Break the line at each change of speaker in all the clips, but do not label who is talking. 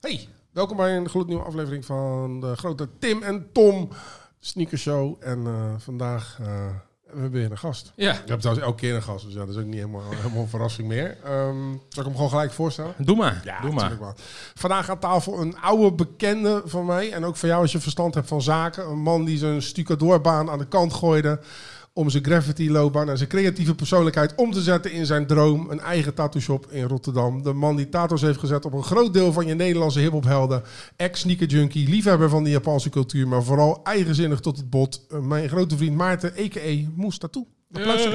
Hey, welkom bij een gloednieuwe aflevering van de grote Tim en Tom Sneaker Show. En vandaag hebben we weer een gast.
Ja.
Je hebt trouwens elke keer een gast, dus ja, dat is ook niet helemaal een verrassing meer. Zal ik hem gewoon gelijk voorstellen?
Doe maar.
Ja,
Doe maar.
wel. Vandaag aan tafel een oude bekende van mij. En ook voor jou als je verstand hebt van zaken. Een man die zijn stucadoorbaan aan de kant gooide om zijn graffiti-loopbaan en zijn creatieve persoonlijkheid om te zetten in zijn droom. Een eigen tattoo-shop in Rotterdam. De man die tato's heeft gezet op een groot deel van je Nederlandse hiphophelden. Ex-sneaker-junkie, liefhebber van de Japanse cultuur, maar vooral eigenzinnig tot het bot. Mijn grote vriend Maarten, a.k.a. Moes Tattoo. Applaus.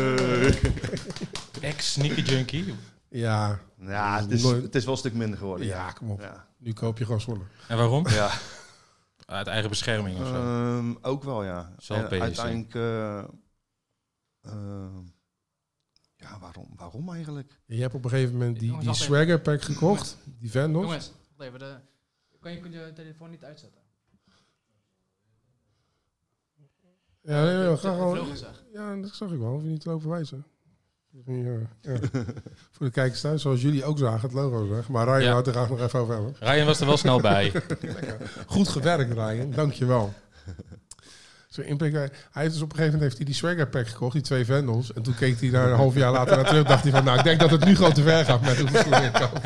Ex-sneaker-junkie.
Ja,
het is wel een stuk minder geworden.
ja, kom op.
Ja.
Nu koop je gewoon zonne.
En waarom?
Ja.
Uit eigen bescherming of zo.
Ook wel, ja.
Zelfbeheersing.
En uiteindelijk... ja, waarom eigenlijk?
Je hebt op een gegeven moment die
Jongens, wacht
swagger pack gekocht. Die Vandals.
Jongens, wacht even. Kan je telefoon niet uitzetten?
Ja, nee, ga
Te
gewoon.
veel gezegd.
Ja, dat zag ik wel. Hoef je niet te lopen wijzen. Ja. Voor de kijkers thuis, zoals jullie ook zagen, het logo weg. Maar Ryan,
Ja.
daar ga ik nog even over hebben.
Ryan was er wel snel bij.
Goed gewerkt, Ryan. Dankjewel. Zo impact. Hij heeft dus op een gegeven moment heeft hij die swagger pack gekocht, die 2 Vandals. En toen keek hij daar een half jaar later naar terug. Dacht hij van, nou, ik denk dat het nu gewoon te ver gaat met hoeveel schoenen ik koop.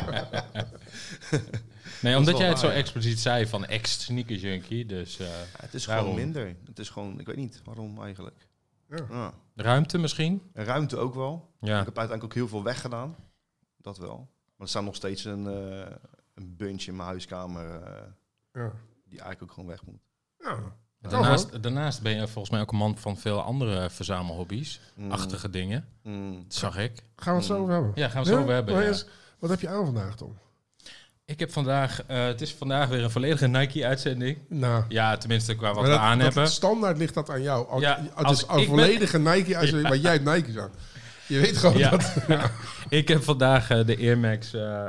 Nee, omdat jij het zo
waar, ja.
expliciet zei van ex-sneaker-junkie. Dus
Het is
Daarom.
gewoon minder. Het is gewoon... Ik weet niet waarom eigenlijk.
Ja.
Ja.
ruimte misschien?
En ruimte ook wel.
Ja.
Ik heb uiteindelijk ook heel veel weggedaan. Dat wel. Maar er staat nog steeds een bunch in mijn huiskamer...
Ja.
die eigenlijk ook gewoon weg moet.
Ja.
Daarnaast ben je volgens mij ook een man van veel andere verzamelhobby's.
Mm.
Achtige dingen.
Mm.
Dat zag ik.
Gaan we het zo over hebben?
Ja, gaan we het zo over hebben.
Maar
Ja.
eerst, wat heb je aan vandaag, Tom?
Ik heb vandaag... het is vandaag weer een volledige Nike-uitzending.
Nou,
Ja, tenminste qua wat
maar
we aan hebben.
standaard ligt dat aan jou.
Ja,
Het
als
is een
ik
volledige Nike uitzending, maar jij hebt Nike's aan. Je weet gewoon
Ja.
dat... Ja.
Ik heb vandaag de Air Max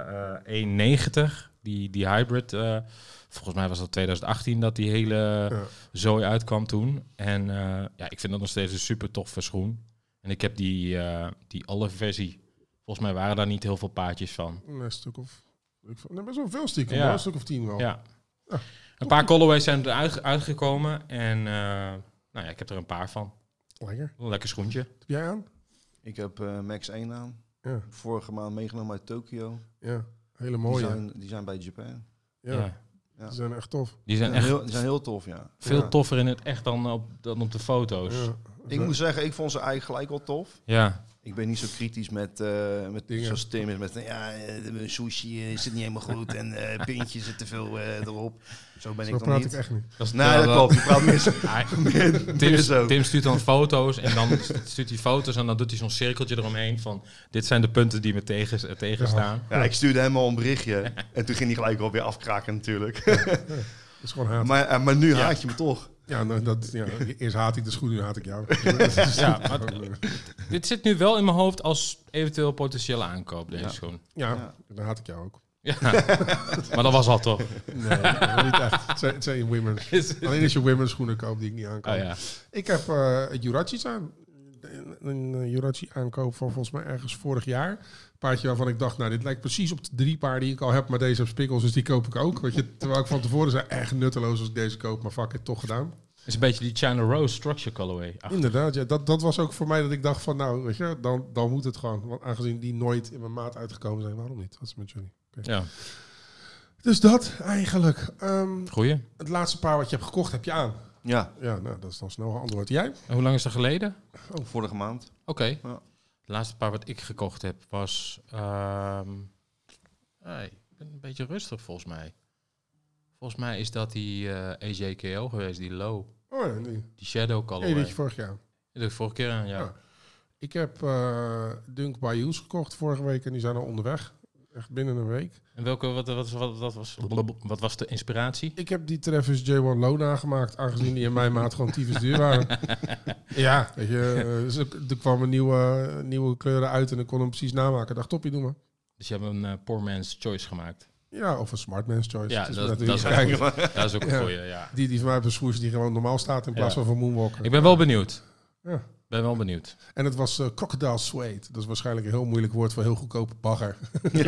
190, die hybrid. Volgens mij was dat 2018 dat die hele
Ja.
zooi uitkwam toen. En ja, ik vind dat nog steeds een super toffe schoen. En ik heb die alle versie. Volgens mij waren daar niet heel veel paadjes van.
Een stuk of... best wel veel stiekem,
Ja.
hoor. Een stuk of 10 wel.
Ja.
Ja.
Een paar colorways zijn er uitgekomen. En nou ja, ik heb er een paar van.
Lekker.
Een lekker schoentje.
Wat heb jij aan?
Ik heb Max 1 aan.
Ja,
Vorige maand meegenomen uit Tokio.
ja. Hele mooie.
Die zijn bij Japan.
Ja,
Ja.
Ja.
die zijn echt tof.
Die zijn echt
Die zijn heel tof, ja.
veel
Ja.
toffer in het echt dan op de foto's.
Ja.
Ik moet zeggen, ik vond ze eigenlijk gelijk wel tof.
Ja.
Ik ben niet zo kritisch met
Dingen.
zoals Tim is met de sushi zit niet helemaal goed en pintjes zit te veel erop. Zo ben
Zo
ik dan
praat
niet.
ik echt niet.
Dat is
Nee, dat klopt. Je praat meer
Tim,
zo.
Tim stuurt dan foto's en dan stuurt hij foto's en dan doet hij zo'n cirkeltje eromheen van dit zijn de punten die me tegenstaan.
Ja, ik stuurde hem al een berichtje en toen ging hij gelijk alweer afkraken natuurlijk.
Dat is gewoon haat.
maar nu haat je me toch.
Ja, nou, eerst haat ik de schoen, nu haat ik jou.
Ja, maar dit zit nu wel in mijn hoofd als eventueel potentiële aankoop, deze
Ja.
schoen.
Ja, dan haat ik jou ook.
Ja. Maar dat was al toch?
Nee, niet echt. Het zijn women's. Alleen als je women's schoenen koopt die ik niet aankoop.
Oh ja.
Ik heb Jurachi's aan. Een Jurachi aankoop van volgens mij ergens vorig jaar. Een paardje waarvan ik dacht, nou, dit lijkt precies op de 3 paar die ik al heb, maar deze heb spikkels, dus die koop ik ook. Weet je, terwijl ik van tevoren zei, echt nutteloos als ik deze koop, maar fuck it, toch gedaan.
Het is een beetje die China Rose structure colorway.
Inderdaad, ja, dat was ook voor mij dat ik dacht van, nou, weet je, dan moet het gewoon. Want aangezien die nooit in mijn maat uitgekomen zijn, waarom niet? Wat is met jullie? Okay.
Ja,
Dus dat eigenlijk.
goeie.
Het laatste paar wat je hebt gekocht, heb je aan.
Ja,
Ja, nou, dat is dan snel geantwoord. Jij?
En hoe lang is dat geleden?
vorige maand.
Oké.
Ja.
Het laatste paar wat ik gekocht heb was... ik ben een beetje rustig volgens mij. Volgens mij is dat die AJKO geweest, die low.
Oh ja, nee.
Die shadow
Nee,
colorway.
dit je vorig jaar.
Dat heb ik vorige keer aan, ja.
Ja. Ik heb Dunk Bayous gekocht vorige week en die zijn al onderweg. Echt binnen een week.
En welke, wat was de inspiratie?
Ik heb die Travis J1 Low nagemaakt, aangezien die in mijn maat gewoon tyfus duur waren. Ja, weet je, er kwamen nieuwe kleuren uit en ik kon hem precies namaken. Ik dacht, toppie, doe maar.
Dus je hebt een poor man's choice gemaakt.
Ja, of een smart man's choice.
Ja,
Het is
dat
natuurlijk-
is
kijk,
Dat is ook een
Ja.
goeie, ja.
die van mij op een swoosh die gewoon normaal staat in plaats
Ja.
van moonwalker.
Ik ben wel benieuwd.
Ja.
Ben wel benieuwd.
En het was crocodile suede. Dat is waarschijnlijk een heel moeilijk woord voor heel goedkope bagger.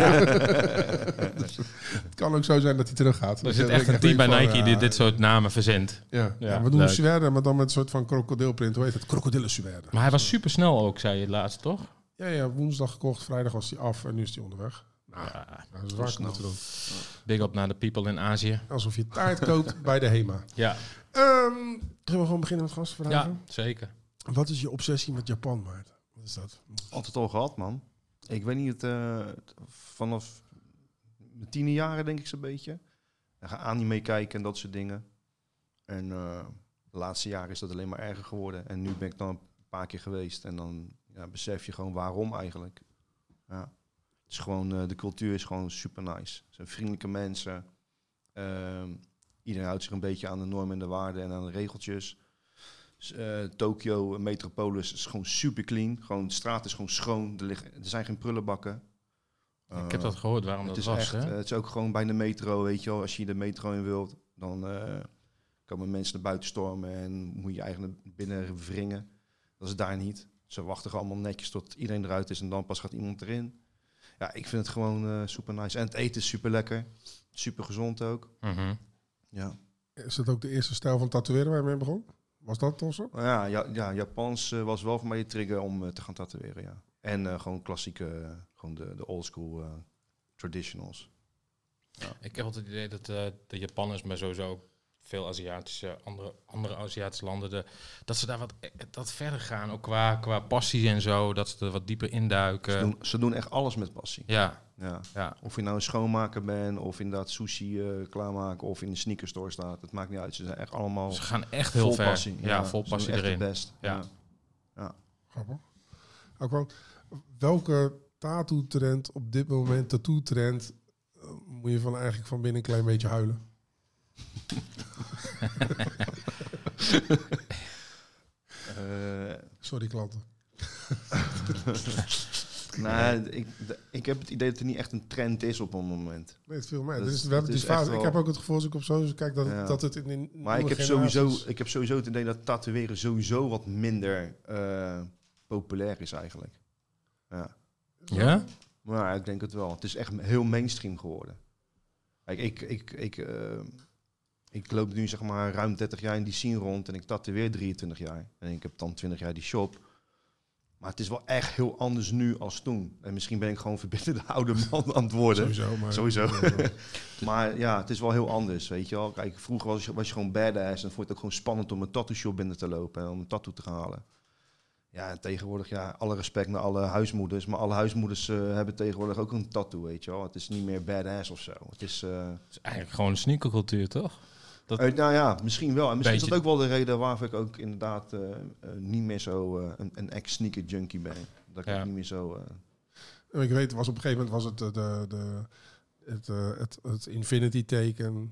Het kan ook zo zijn dat hij teruggaat.
Er zit echt een team bij Nike die dit soort namen verzint.
Ja,
Ja,
we doen
leuk.
suède, maar dan met een soort van krokodilprint. Hoe heet het? Krokodillen suède.
Maar hij was super snel ook, zei je laatst, toch?
Ja, woensdag gekocht. Vrijdag was hij af en nu is hij onderweg.
Ja,
Dat is waar moeten doen.
big up naar de people in Azië.
Alsof je taart koopt bij de HEMA.
Ja,
Zullen we gewoon beginnen met gastvragen?
ja zeker.
Wat is je obsessie met Japan, Maarten? Wat is dat?
Altijd al gehad, man. Ik weet niet, vanaf mijn 10e jaren denk ik zo'n beetje. En ga anime kijken en dat soort dingen. En de laatste jaren is dat alleen maar erger geworden. En nu ben ik dan een paar keer geweest. En dan besef je gewoon waarom eigenlijk. Ja. Het is gewoon, de cultuur is gewoon super nice. Het zijn vriendelijke mensen. Iedereen houdt zich een beetje aan de normen en de waarden en aan de regeltjes. Tokio, een metropolis, is gewoon super clean. Gewoon, de straat is gewoon schoon. Er zijn geen prullenbakken.
Ik heb dat gehoord, waarom
Het
dat
is
was.
echt,
Hè?
het is ook gewoon bij de metro, weet je wel. Als je de metro in wilt, dan komen mensen naar buiten stormen en moet je eigenlijk naar binnen wringen. Dat is daar niet. Ze wachten gewoon allemaal netjes tot iedereen eruit is en dan pas gaat iemand erin. Ja, ik vind het gewoon super nice. En het eten is super lekker. Super gezond ook.
Mhm.
Ja.
Is dat ook de eerste stijl van tatoeëren waar je mee begon? Was dat toch zo?
Nou ja, Japans was wel voor mij de trigger om te gaan tatoeëren, ja. En gewoon klassieke, gewoon de old school traditionals.
Ik heb altijd het idee dat de Japanners, maar sowieso veel Aziatische, andere Aziatische landen, dat ze daar wat verder gaan. Ook qua passie en zo, dat ze er wat dieper induiken.
Ze doen echt alles met passie.
Ja,
Ja.
ja.
Of je nou een schoonmaker bent, of inderdaad sushi klaarmaken, of in een sneakerstore staat. Het maakt niet uit. Ze zijn echt allemaal
Ze gaan echt heel
vol
ver.
passie.
Ja, vol
ze doen
passie
echt
erin.
het best.
Ja.
Ja.
Grappig. Ook wel, welke tattoo-trend op dit moment, tattoo-trend, moet je eigenlijk van binnen een klein beetje huilen? Sorry klanten.
Ik heb het idee dat er niet echt een trend is op een moment.
Nee, het viel mij.
Dat
Dus
is-
we hebben
het
die
is
fase.
echt
Ik
wel-
heb ook het gevoel als ik op zo kijk dat,
Ja.
dat het in
Maar ik heb sowieso het idee dat tatoeëren sowieso wat minder populair is eigenlijk. Ja.
Ja?
Maar ik denk het wel. Het is echt heel mainstream geworden. Kijk, ik loop nu zeg maar ruim 30 jaar in die scene rond en ik tatoeëer 23 jaar. En ik heb dan 20 jaar die shop. Maar het is wel echt heel anders nu als toen. En misschien ben ik gewoon verbitterde oude man aan het worden.
Sowieso.
Maar ja, het is wel heel anders, weet je wel. Kijk, vroeger was je gewoon badass en vond je het ook gewoon spannend om een tattoo shop binnen te lopen en om een tattoo te gaan halen. Ja, en tegenwoordig, ja, alle respect naar alle huismoeders, maar alle huismoeders hebben tegenwoordig ook een tattoo, weet je wel. Het is niet meer badass of zo. Het is...
Het is eigenlijk gewoon een sneakercultuur, toch?
nou ja, misschien wel. En misschien is
Beetje-
dat ook wel de reden waarvoor ik ook inderdaad niet meer zo een ex-sneaker junkie ben. Dat ik
Ja.
ook niet meer zo...
Ik weet, was op een gegeven moment was het het infinity teken,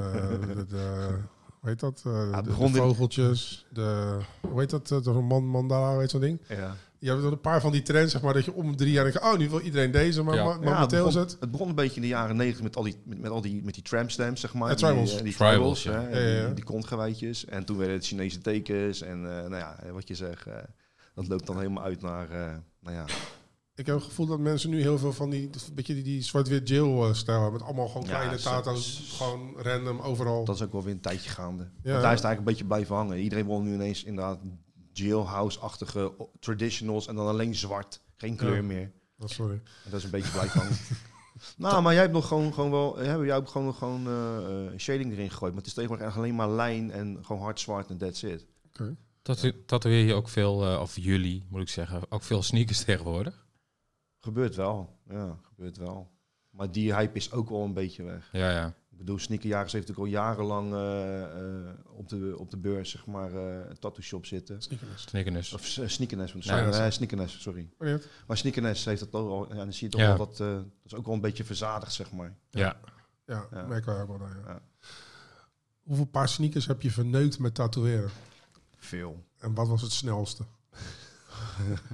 hoe heet dat?
het
De
begon in-
vogeltjes, hoe heet dat? De mandala, hoe heet zo'n ding?
ja.
Je hebt een paar van die trends, zeg maar, dat je om 3 jaar denkt, oh, nu wil iedereen deze, maar
Ja.
momenteel is het...
Het begon een beetje in de jaren 90 met die tramp stamps, zeg maar.
Ja, tribals.
Die
Tribals,
tribals,
ja.
hè,
Ja.
die kontgewijtjes. En toen werden het Chinese tekens. En nou ja, wat je zegt, dat loopt dan helemaal uit naar, nou ja.
Ik heb het gevoel dat mensen nu heel veel van die, een beetje die zwart-wit jail-stijl hebben. Met allemaal gewoon
Ja,
kleine
zo-
tato's, gewoon random, overal.
Dat is ook wel weer een tijdje gaande.
Ja.
Want daar is het eigenlijk een beetje blijven hangen. Iedereen wil nu ineens inderdaad jailhouse-achtige traditionals en dan alleen zwart. Geen kleur
Ja.
meer.
Oh, sorry.
En dat is een beetje blijven hangen. Nou, maar jij hebt nog gewoon wel... Jij hebt gewoon shading erin gegooid. Maar het is tegenwoordig echt alleen maar lijn en gewoon hard zwart en that's it.
Oké.
Tatoeëer je ook veel, of jullie moet ik zeggen, ook veel sneakers tegenwoordig?
Gebeurt wel. Ja, gebeurt wel. Maar die hype is ook wel een beetje weg.
Ja, ja.
Ik bedoel, Sneakerjagers heeft natuurlijk al jarenlang op de beurs, zeg maar, een tattoo shop zitten.
Sneakers.
Sneakers.
Of Sneakerness, Sneakerness, sorry.
Wanneer?
Maar Sneakerness heeft dat ook al, ja, dan zie je toch
Ja.
wel dat is ook wel een beetje verzadigd, zeg maar.
Ja.
Ja,
Ja.
merk wij ook wel. Ja.
Ja.
Hoeveel paar sneakers heb je verneukt met tatoeëren?
Veel.
En wat was het snelste?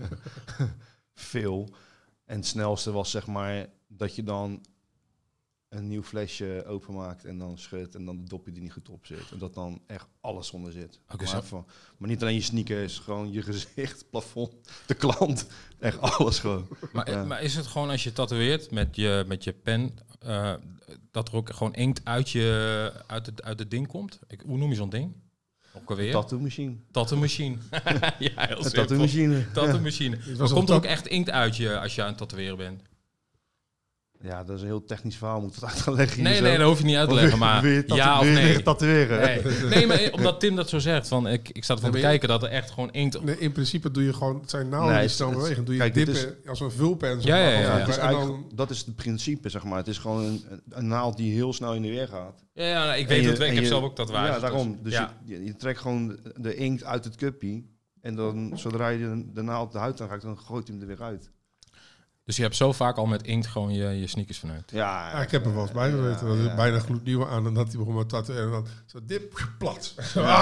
Veel. En het snelste was, zeg maar, dat je dan een nieuw flesje openmaakt en dan schudt en dan de dopje die niet goed op zit. En dat dan echt alles onder zit.
Oké,
Maar niet alleen je sneakers, gewoon je gezicht, plafond, de klant. Echt alles gewoon.
Maar is het gewoon als je tatoeëert met je pen, dat er ook gewoon inkt uit het ding komt? Hoe noem je zo'n ding? Ook alweer?
Tattoo-machine.
Tattoo-machine. Ja, heel
Een
simpel.
tattoo-machine.
Tattoo-machine. Maar komt er ook echt inkt uit je als je aan het tatoeëren bent?
Ja, dat is een heel technisch verhaal. Moet het uit gaan leggen?
Nee, dat hoef je niet uit te leggen, maar ja of nee?
Tatoeëren.
Nee, maar omdat Tim dat zo zegt, van ik sta ervan te kijken dat er echt gewoon inkt...
Nee, in principe doe je gewoon, het zijn naalden die snel bewegen. Doe je
kijk,
dippen als een vulpen.
Dat is het principe, zeg maar. Het is gewoon een naald die heel snel in de weer gaat.
Ja, ik weet het. Ik heb zelf ook tatoeages.
Ja, daarom. Dus
ja.
je trekt gewoon de inkt uit het cuppie. En dan, zodra je de naald de huid aan raakt, dan gooit hij hem er weer uit.
Dus je hebt zo vaak al met inkt gewoon je sneakers verneukt.
Ja,
ik heb er wel eens bij geweten. Dat is bijna gloednieuw aan en dat hij begon met tatoeëren. En dan zo dip, plat.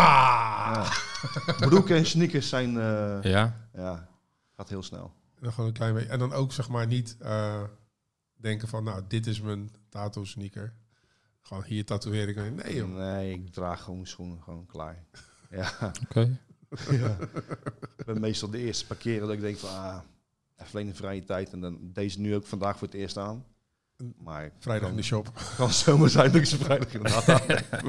Broeken en sneakers zijn...
Ja,
gaat heel snel.
En dan gewoon een klein beetje. En dan ook zeg maar niet denken van, nou, dit is mijn tattoo sneaker. Gewoon hier tatoeëer ik. Nee, joh.
Nee, ik draag gewoon mijn schoenen gewoon klaar. Ja.
Oké.
Ja. Ik ben meestal de eerste parkeren dat ik denk van, even alleen in vrije tijd. En dan deze nu ook vandaag voor het eerst aan. Maar
Vrijdag in de shop.
Kan zomaar zijn dat ik ze vrijdag inderdaad aan.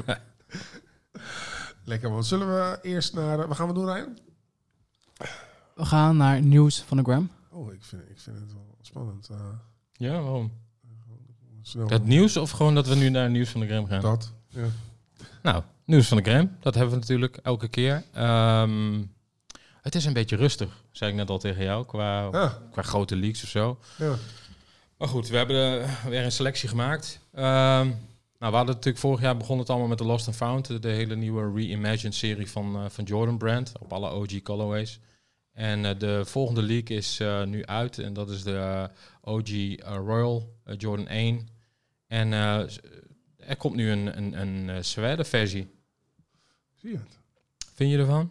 Lekker man. Zullen we eerst naar... Wat gaan we doen, Ryan?
We gaan naar nieuws van de gram.
Oh, ik vind het wel spannend.
Ja, waarom?
Snel.
Het nieuws of gewoon dat we nu naar het nieuws van de gram gaan?
Dat, ja.
Nou, nieuws van de gram. Dat hebben we natuurlijk elke keer. Het is een beetje rustig, zei ik net al tegen jou, qua grote leaks of zo.
Ja.
Maar goed, we hebben weer een selectie gemaakt. Nou, we hadden natuurlijk vorig jaar begon het allemaal met de Lost and Found, de hele nieuwe reimagined serie van Jordan Brand op alle OG colorways. En de volgende leak is nu uit en dat is de OG Royal Jordan 1. En er komt nu een Suede versie.
Zie je het?
Vind je ervan?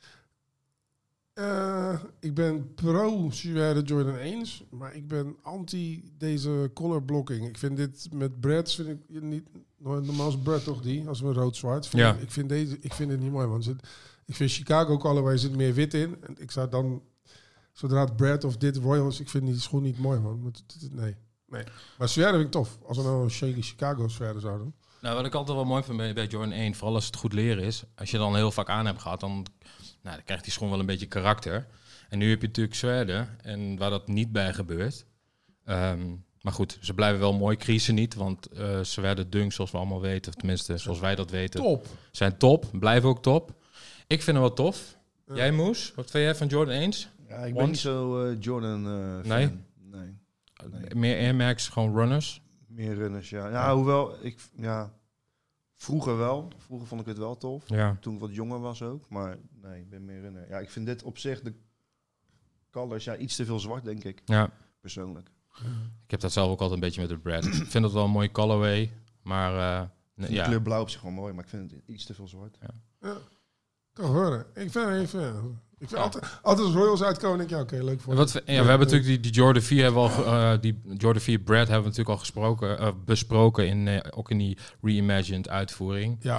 Ik ben pro Suede Jordan 1, maar ik ben anti deze color blocking. Ik vind dit met Brads vind ik niet normaal is Brad toch die als we rood-zwart.
Ja.
Ik vind het niet mooi, want ik vind Chicago colorway zit meer wit in. En ik zou dan zodra het Brad of dit Royals, ik vind die schoen niet mooi, man. Nee. Maar Suede vind ik tof. Als we nou een shady Chicago Suede zouden doen.
Nou, wat ik altijd wel mooi vind bij Jordan 1, vooral als het goed leren is, als je dan heel vaak aan hebt gehad, dan krijgt die schoen wel een beetje karakter. En nu heb je natuurlijk Suede, en waar dat niet bij gebeurt. Maar goed, ze blijven wel mooi, creasen niet, want Suede dunks, zoals we allemaal weten, of tenminste zoals wij dat weten,
Top.
Zijn top, blijven ook top. Ik vind hem wel tof. Jij, Moes, wat vind jij van Jordan 1?
Ja, ik ben niet zo Jordan fan.
Nee?
Nee.
Meer Air Max, gewoon runners?
Meer runners, ja. Ja, hoewel, vroeger wel. Vroeger vond ik het wel tof.
Ja.
Toen ik wat jonger was ook. Maar nee, ik ben meer runner. Ja, ik vind dit op zich, de colors, iets te veel zwart, denk ik.
Ja.
Persoonlijk.
Ik heb dat zelf ook altijd een beetje met de Brad. Ik vind het wel een mooie colorway, maar...
De kleur blauw op zich wel mooi, maar ik vind het iets te veel zwart.
Ja. Kan horen. Ik vind altijd als Royals uitkomen, denk ik, oké, leuk voor
we hebben natuurlijk die Jordan 4 die Jordan 4 Brad hebben we natuurlijk al besproken ook in die reimagined uitvoering.
Ja.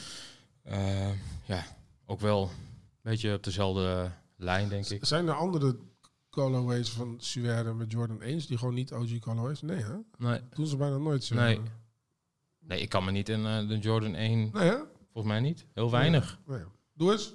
Ook wel een beetje op dezelfde lijn, denk ik.
Zijn er andere colorways van Suede met Jordan 1 die gewoon niet OG colorways? Nee, hè?
Nee.
Doen ze bijna nooit zo.
Nee, ik kan me niet in de Jordan 1...
Nee, hè?
Volgens mij niet. Heel weinig.
Nee. Doe eens.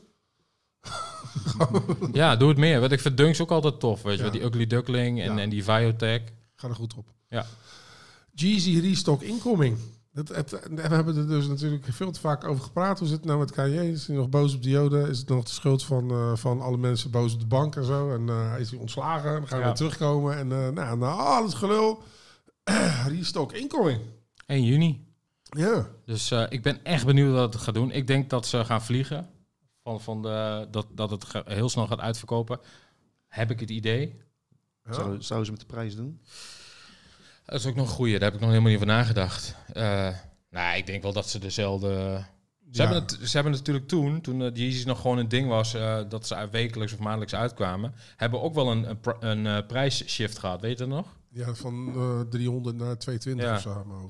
Ja, doe het meer. Want ik vind dunks ook altijd tof. Weet je wel, die Ugly Duckling en die Viotech.
Ga er goed op.
Ja.
Jeezy Restock Incoming. We hebben er dus natuurlijk veel te vaak over gepraat. Hoe zit het nou met Kanye? Is hij nog boos op Diode? Is het nog de schuld van alle mensen boos op de bank en zo? En is hij ontslagen? Dan gaan we weer terugkomen. En na al het gelul. Restock Incoming.
1 juni.
Ja.
Dus ik ben echt benieuwd wat het gaat doen. Ik denk dat ze gaan vliegen. Dat het heel snel gaat uitverkopen. Heb ik het idee.
Ja.
Zouden ze met de prijs doen?
Dat is ook nog een goeie. Daar heb ik nog helemaal niet over nagedacht. Ik denk wel dat ze dezelfde... Ze hebben natuurlijk toen de Yeezys nog gewoon een ding was, dat ze wekelijks of maandelijks uitkwamen, hebben ook wel een prijsshift gehad. Weet je dat nog?
Ja, van 300 naar 220 of zo aan mijn hoofd.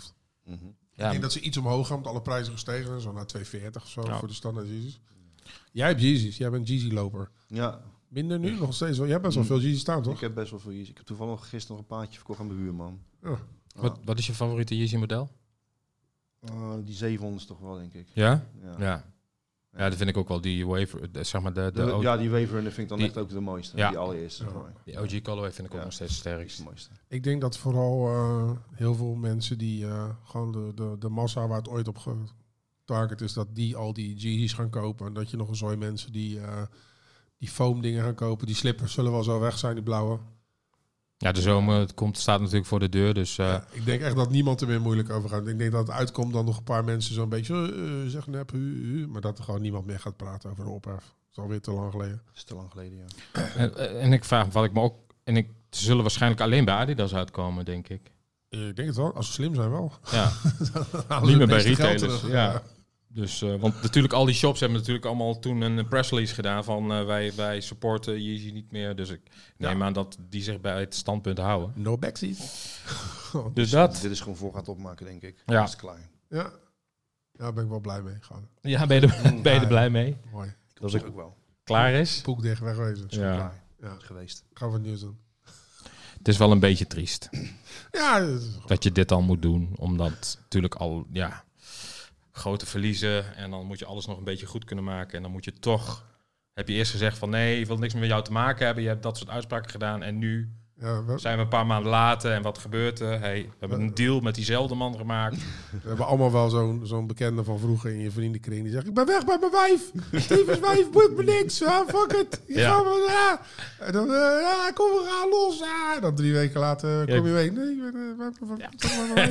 Mhm.
Ik denk dat ze iets omhoog gaan, omdat alle prijzen gestegen zijn. Zo naar 240 of zo
Ja.
voor de standaard Yeezys. Jij hebt Yeezys, jij bent Yeezy-loper.
Ja,
Minder nu, nog steeds wel. Jij hebt best wel veel Yeezys staan, toch?
ik heb best wel veel Yeezy. Ik heb toevallig gisteren nog een paardje verkocht aan mijn buurman.
Ja.
Wat is je favoriete Yeezy model?
Die 700 is toch wel, denk ik.
Ja?
Ja.
Ja. Ja, dat vind ik ook wel. Die waver, zeg maar de
Ja, die Waver vind ik dan
die-
echt ook de mooiste.
Ja.
Die allereerste.
Ja.
voor mij.
die OG colorway vind ik ook
Ja.
nog steeds het
Die is
sterkst.
de mooiste.
Ik denk dat vooral heel veel mensen die gewoon de massa waar het ooit op getarget is, dat die al die Yeezys gaan kopen. En dat je nog een zooi mensen die foam dingen gaan kopen. Die slippers zullen wel zo weg zijn, die blauwe.
Ja, de zomer staat natuurlijk voor de deur. Dus
Ja, ik denk echt dat niemand er meer moeilijk over gaat. Ik denk dat het uitkomt dan nog een paar mensen zo'n beetje zeg nep, maar dat er gewoon niemand meer gaat praten over de ophef. Dat is alweer te lang geleden.
Dat is te lang geleden, ja.
en ik vraag wat ik me ook... En ze zullen waarschijnlijk alleen bij Adidas uitkomen, denk ik.
Ik denk het wel. Als ze slim zijn wel.
Ja,
Halen
niet
ze
meer
het
bij
meeste geld
retailers.
terug.
Ja. Dus, want natuurlijk al die shops hebben natuurlijk allemaal toen een press release gedaan van wij supporten Yeezy niet meer. Dus ik neem aan dat die zich bij het standpunt houden.
No backseat.
Dus dat.
Dit is gewoon voor gaat opmaken, denk ik.
Ja.
Dat is klaar.
Ja. Ja, daar ben ik wel blij mee. Gewoon.
Ja, ben je er blij mee?
Mooi.
Dat is ook wel.
Klaar is?
Poek dicht, wegwezen.
Ja.
Klaar.
Ja.
Is geweest.
Gaan we het nieuws doen.
Het is wel een beetje triest
Ja, dat is
dat je dit al moet doen. Omdat natuurlijk al grote verliezen. En dan moet je alles nog een beetje goed kunnen maken. En dan moet je toch... Heb je eerst gezegd van nee, ik wil niks meer met jou te maken hebben. Je hebt dat soort uitspraken gedaan. En nu
ja, we
zijn we een paar maanden later. En wat gebeurt er? Hey, we hebben een deal met diezelfde man gemaakt.
hebben allemaal wel zo'n bekende van vroeger in je vriendenkring. Die zegt, ik ben weg bij mijn wijf. Stevens wijf, moet me niks. Fuck it.
Ja.
En dan, kom, we gaan los. En dan 3 weken later kom je weer. Nee, ik ben bij mijn wijf.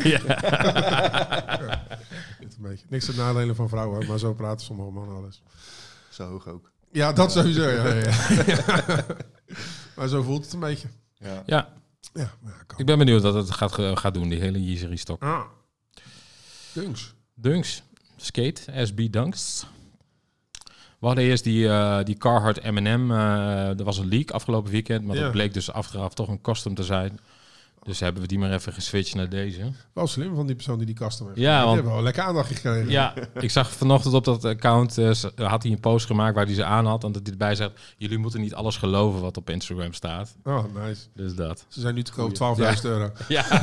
Een beetje. Niks ten nadelen van vrouwen, maar zo praten sommige mannen alles.
Zo hoog ook.
Ja, dat sowieso. Ja. Maar zo voelt het een beetje.
Ja.
Ja,
Ja, maar ja, kan.
ik ben benieuwd wat het gaat doen, die hele Yeezy restock.
Ah. Dunks.
Dunks, skate, SB Dunks. We hadden eerst die Carhartt M&M. Er was een leak afgelopen weekend, maar
Ja.
dat bleek dus achteraf toch een custom te zijn. Dus hebben we die maar even geswitcht naar deze.
Wel slim van die persoon die custom heeft.
Ja,
Die
want-
hebben wel lekker aandacht gekregen.
Ja, ik zag vanochtend op dat account, had hij een post gemaakt waar hij ze aan had. En dat hij erbij zegt, jullie moeten niet alles geloven wat op Instagram staat.
Oh, nice.
Dus dat.
Ze zijn nu te koop, €12.000.
Ja.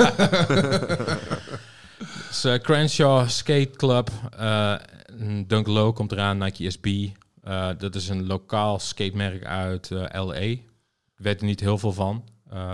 Dus, Crenshaw Skate Club. Dunk Low komt eraan, Nike SB. Dat is een lokaal skatemerk uit LA. Ik weet er niet heel veel van.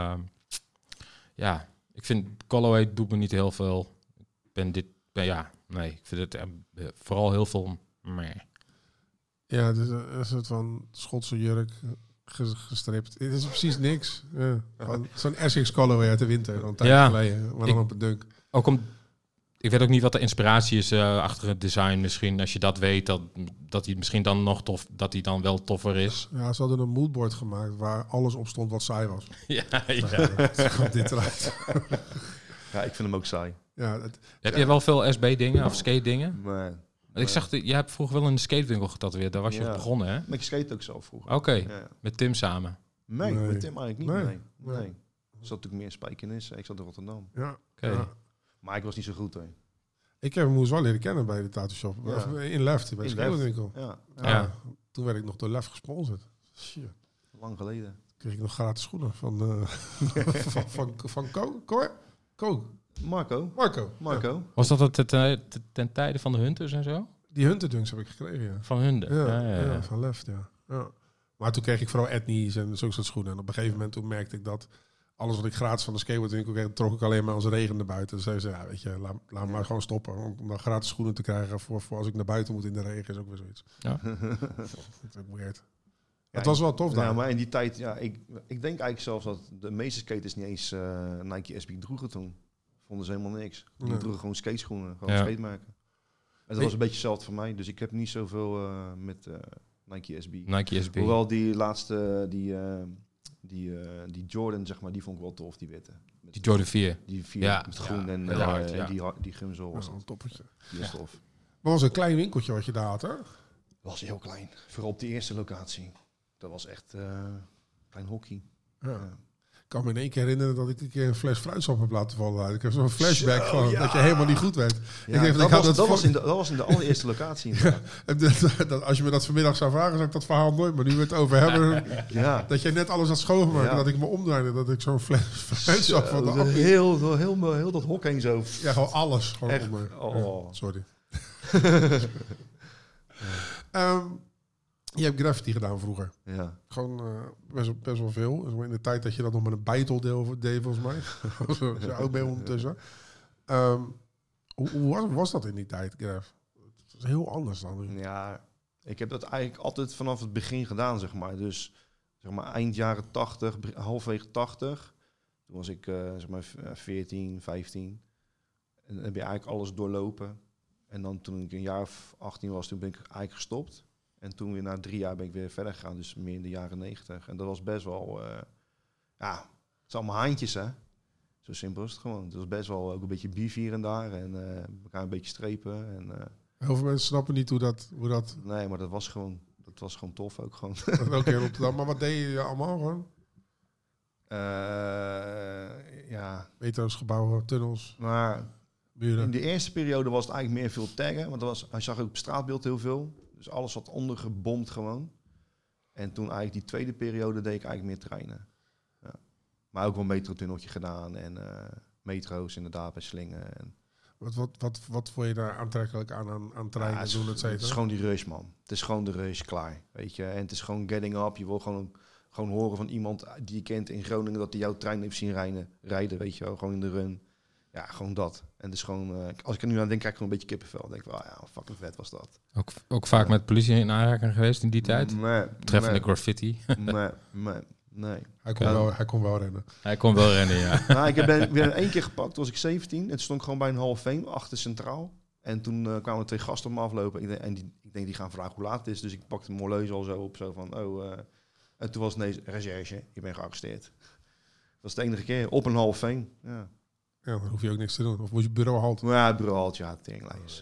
Ja, ik vind colorway doet me niet heel veel. Ik vind het vooral heel veel meh.
Ja, het is een soort van Schotse jurk gestript. Het is precies niks. Ja. Gewoon Zo'n Essex colorway uit de winter, dan een tijd
Ja.
geleden. Maar dan op een dunk.
Ook ik weet ook niet wat de inspiratie is achter het design. Misschien als je dat weet, dat hij misschien dan nog tof, dat hij dan wel toffer is.
Ja, ze hadden een moodboard gemaakt waar alles op stond wat saai was.
Ja.
Zo komt dit eruit.
Ja, ik vind hem ook saai.
Ja,
Heb je wel veel SB-dingen of skate-dingen?
Maar
Ik zag, jij hebt vroeger wel in de skatewinkel getatoeëerd. Daar was je
Ja.
op begonnen, hè?
ik skate ook zelf vroeger.
Oké,
Ja.
met Tim samen.
Nee,
Nee.
met Tim eigenlijk niet.
Nee.
Nee. Er zat natuurlijk meer Spijkenissen. Ik zat in Rotterdam.
ja.
Oké.
Ja.
Maar ik was niet zo goed, hè.
Ik heb hem moest wel leren kennen bij de tattoo shop.
Ja.
In Left, bij de
In Left.
skaterwinkel.
Ja,
Ja.
Toen werd ik nog door Left gesponsord. Shit.
lang geleden.
Kreeg ik nog gratis schoenen van van Ko.
Marco.
Marco. Ja.
Was dat ten tijde van de Hunters en zo?
Die Hunter Dunks heb ik gekregen, ja.
Van Hunde?
Ja, van Left, ja. Maar toen kreeg ik vooral etnies en zulke soort schoenen. En op een gegeven moment toen merkte ik dat alles wat ik gratis van de skateboardwinkel kreeg, trok ik alleen maar als het regende buiten. Dus zei ze, ja, weet je, laat maar gewoon stoppen. Om dan gratis schoenen te krijgen voor als ik naar buiten moet in de regen, is ook weer zoiets.
Ja.
Dat is ook weird.
Ja,
Het was wel tof daar.
Ja, maar in die tijd, ik denk eigenlijk zelfs dat de meeste skaters niet eens Nike SB droegen toen. Vonden ze helemaal niks. Die
Nee.
droegen gewoon skateschoenen, gewoon
Ja.
skatemerken. En dat was een beetje hetzelfde voor mij, dus ik heb niet zoveel met Nike SB.
Nike SB.
Hoewel die laatste, die Jordan, zeg maar, die vond ik wel tof, die witte. Met
Die Jordan 4.
Die 4
Ja.
met groen
Ja,
en,
heel hard, ja.
die gumzool was
Ja,
dat.
een toppertje.
Die was tof.
Maar was een klein winkeltje wat je daar had, hè?
Was heel klein. Vooral op die eerste locatie. Dat was echt klein hockey.
Ja.
Ja.
Ik kan me in één keer herinneren dat ik een keer een fles fruitsap heb laten vallen. Ik heb zo'n flashback
Zo,
gewoon,
ja.
dat je helemaal niet goed werd.
Ja,
Ik denk
dat was in de allereerste locatie. inderdaad.
En dat, als je me dat vanmiddag zou vragen, zou ik dat verhaal nooit. Maar nu we het over hebben,
Ja.
dat jij net alles had schoongemaakt.
Ja.
En dat ik me omdraaide, dat ik zo'n fles fruitsap van de
Zo,
appie.
heel dat hok heen zo.
Ja, gewoon alles. Gewoon
Echt?
om me.
Oh.
Ja, sorry. Je hebt graffiti gedaan vroeger.
Ja.
Gewoon best wel veel. Dus in de tijd dat je dat nog met een bijtel deed, volgens mij. Zo oud ben je ondertussen. Hoe was dat in die tijd, Graf? Het is heel anders dan nu.
Ja, ik heb dat eigenlijk altijd vanaf het begin gedaan, zeg maar. Dus zeg maar eind jaren 80, halfwege 80. Toen was ik zeg maar 14, 15. En dan heb je eigenlijk alles doorlopen. En dan toen ik een jaar of 18 was, toen ben ik eigenlijk gestopt. En toen weer na 3 jaar ben ik weer verder gegaan. Dus meer in de jaren 90. En dat was best wel... ja, het zijn allemaal haantjes, hè. Zo simpel is het gewoon. Het was best wel ook een beetje beef hier en daar. En elkaar een beetje strepen. En,
Heel veel mensen snappen niet hoe dat...
nee, maar dat was gewoon tof ook gewoon.
Ook in Rotterdam. Maar wat deed je allemaal gewoon?
Ja,
Metro's, gebouwen, tunnels,
maar
muren.
in de eerste periode was het eigenlijk meer veel taggen. Want hij zag ook op straatbeeld heel veel. Dus alles wat ondergebomd gewoon. En toen eigenlijk die tweede periode deed ik eigenlijk meer treinen. Ja. Maar ook wel een metrotunneltje gedaan. En metro's inderdaad bij Slingen. En
Wat vond je daar aantrekkelijk aan treinen
het,
doen, et
het
cetera?
is gewoon die rush, man. Het is gewoon de rush, klaar. Weet je? En het is gewoon getting up. Je wil gewoon horen van iemand die je kent in Groningen... dat hij jouw trein heeft zien rijden, weet je wel. Gewoon in de run. Ja, gewoon dat. En het is gewoon... als ik er nu aan denk, krijg ik gewoon een beetje kippenvel. Dan denk ik wel, ja, fucking vet was dat.
Ook vaak met politie in aanraking geweest in die tijd?
Nee.
Treffende graffiti.
Nee.
Hij kon wel rennen.
Hij kon wel rennen, ja.
Nou, ik ben 1 keer gepakt, toen was ik 17. En toen stond ik gewoon bij een Hall of Fame, achter Centraal. En toen kwamen 2 gasten op me aflopen. Ik denk, die gaan vragen hoe laat het is. Dus ik pakte een horloge al zo op, zo van, en toen was het nee, recherche, je bent gearresteerd. Dat was de enige keer, op een Hall of Fame. Ja,
Ja, dan hoef je ook niks te doen. Of moet je bureau halt.
maar ja, het bureau ja, teringlijst.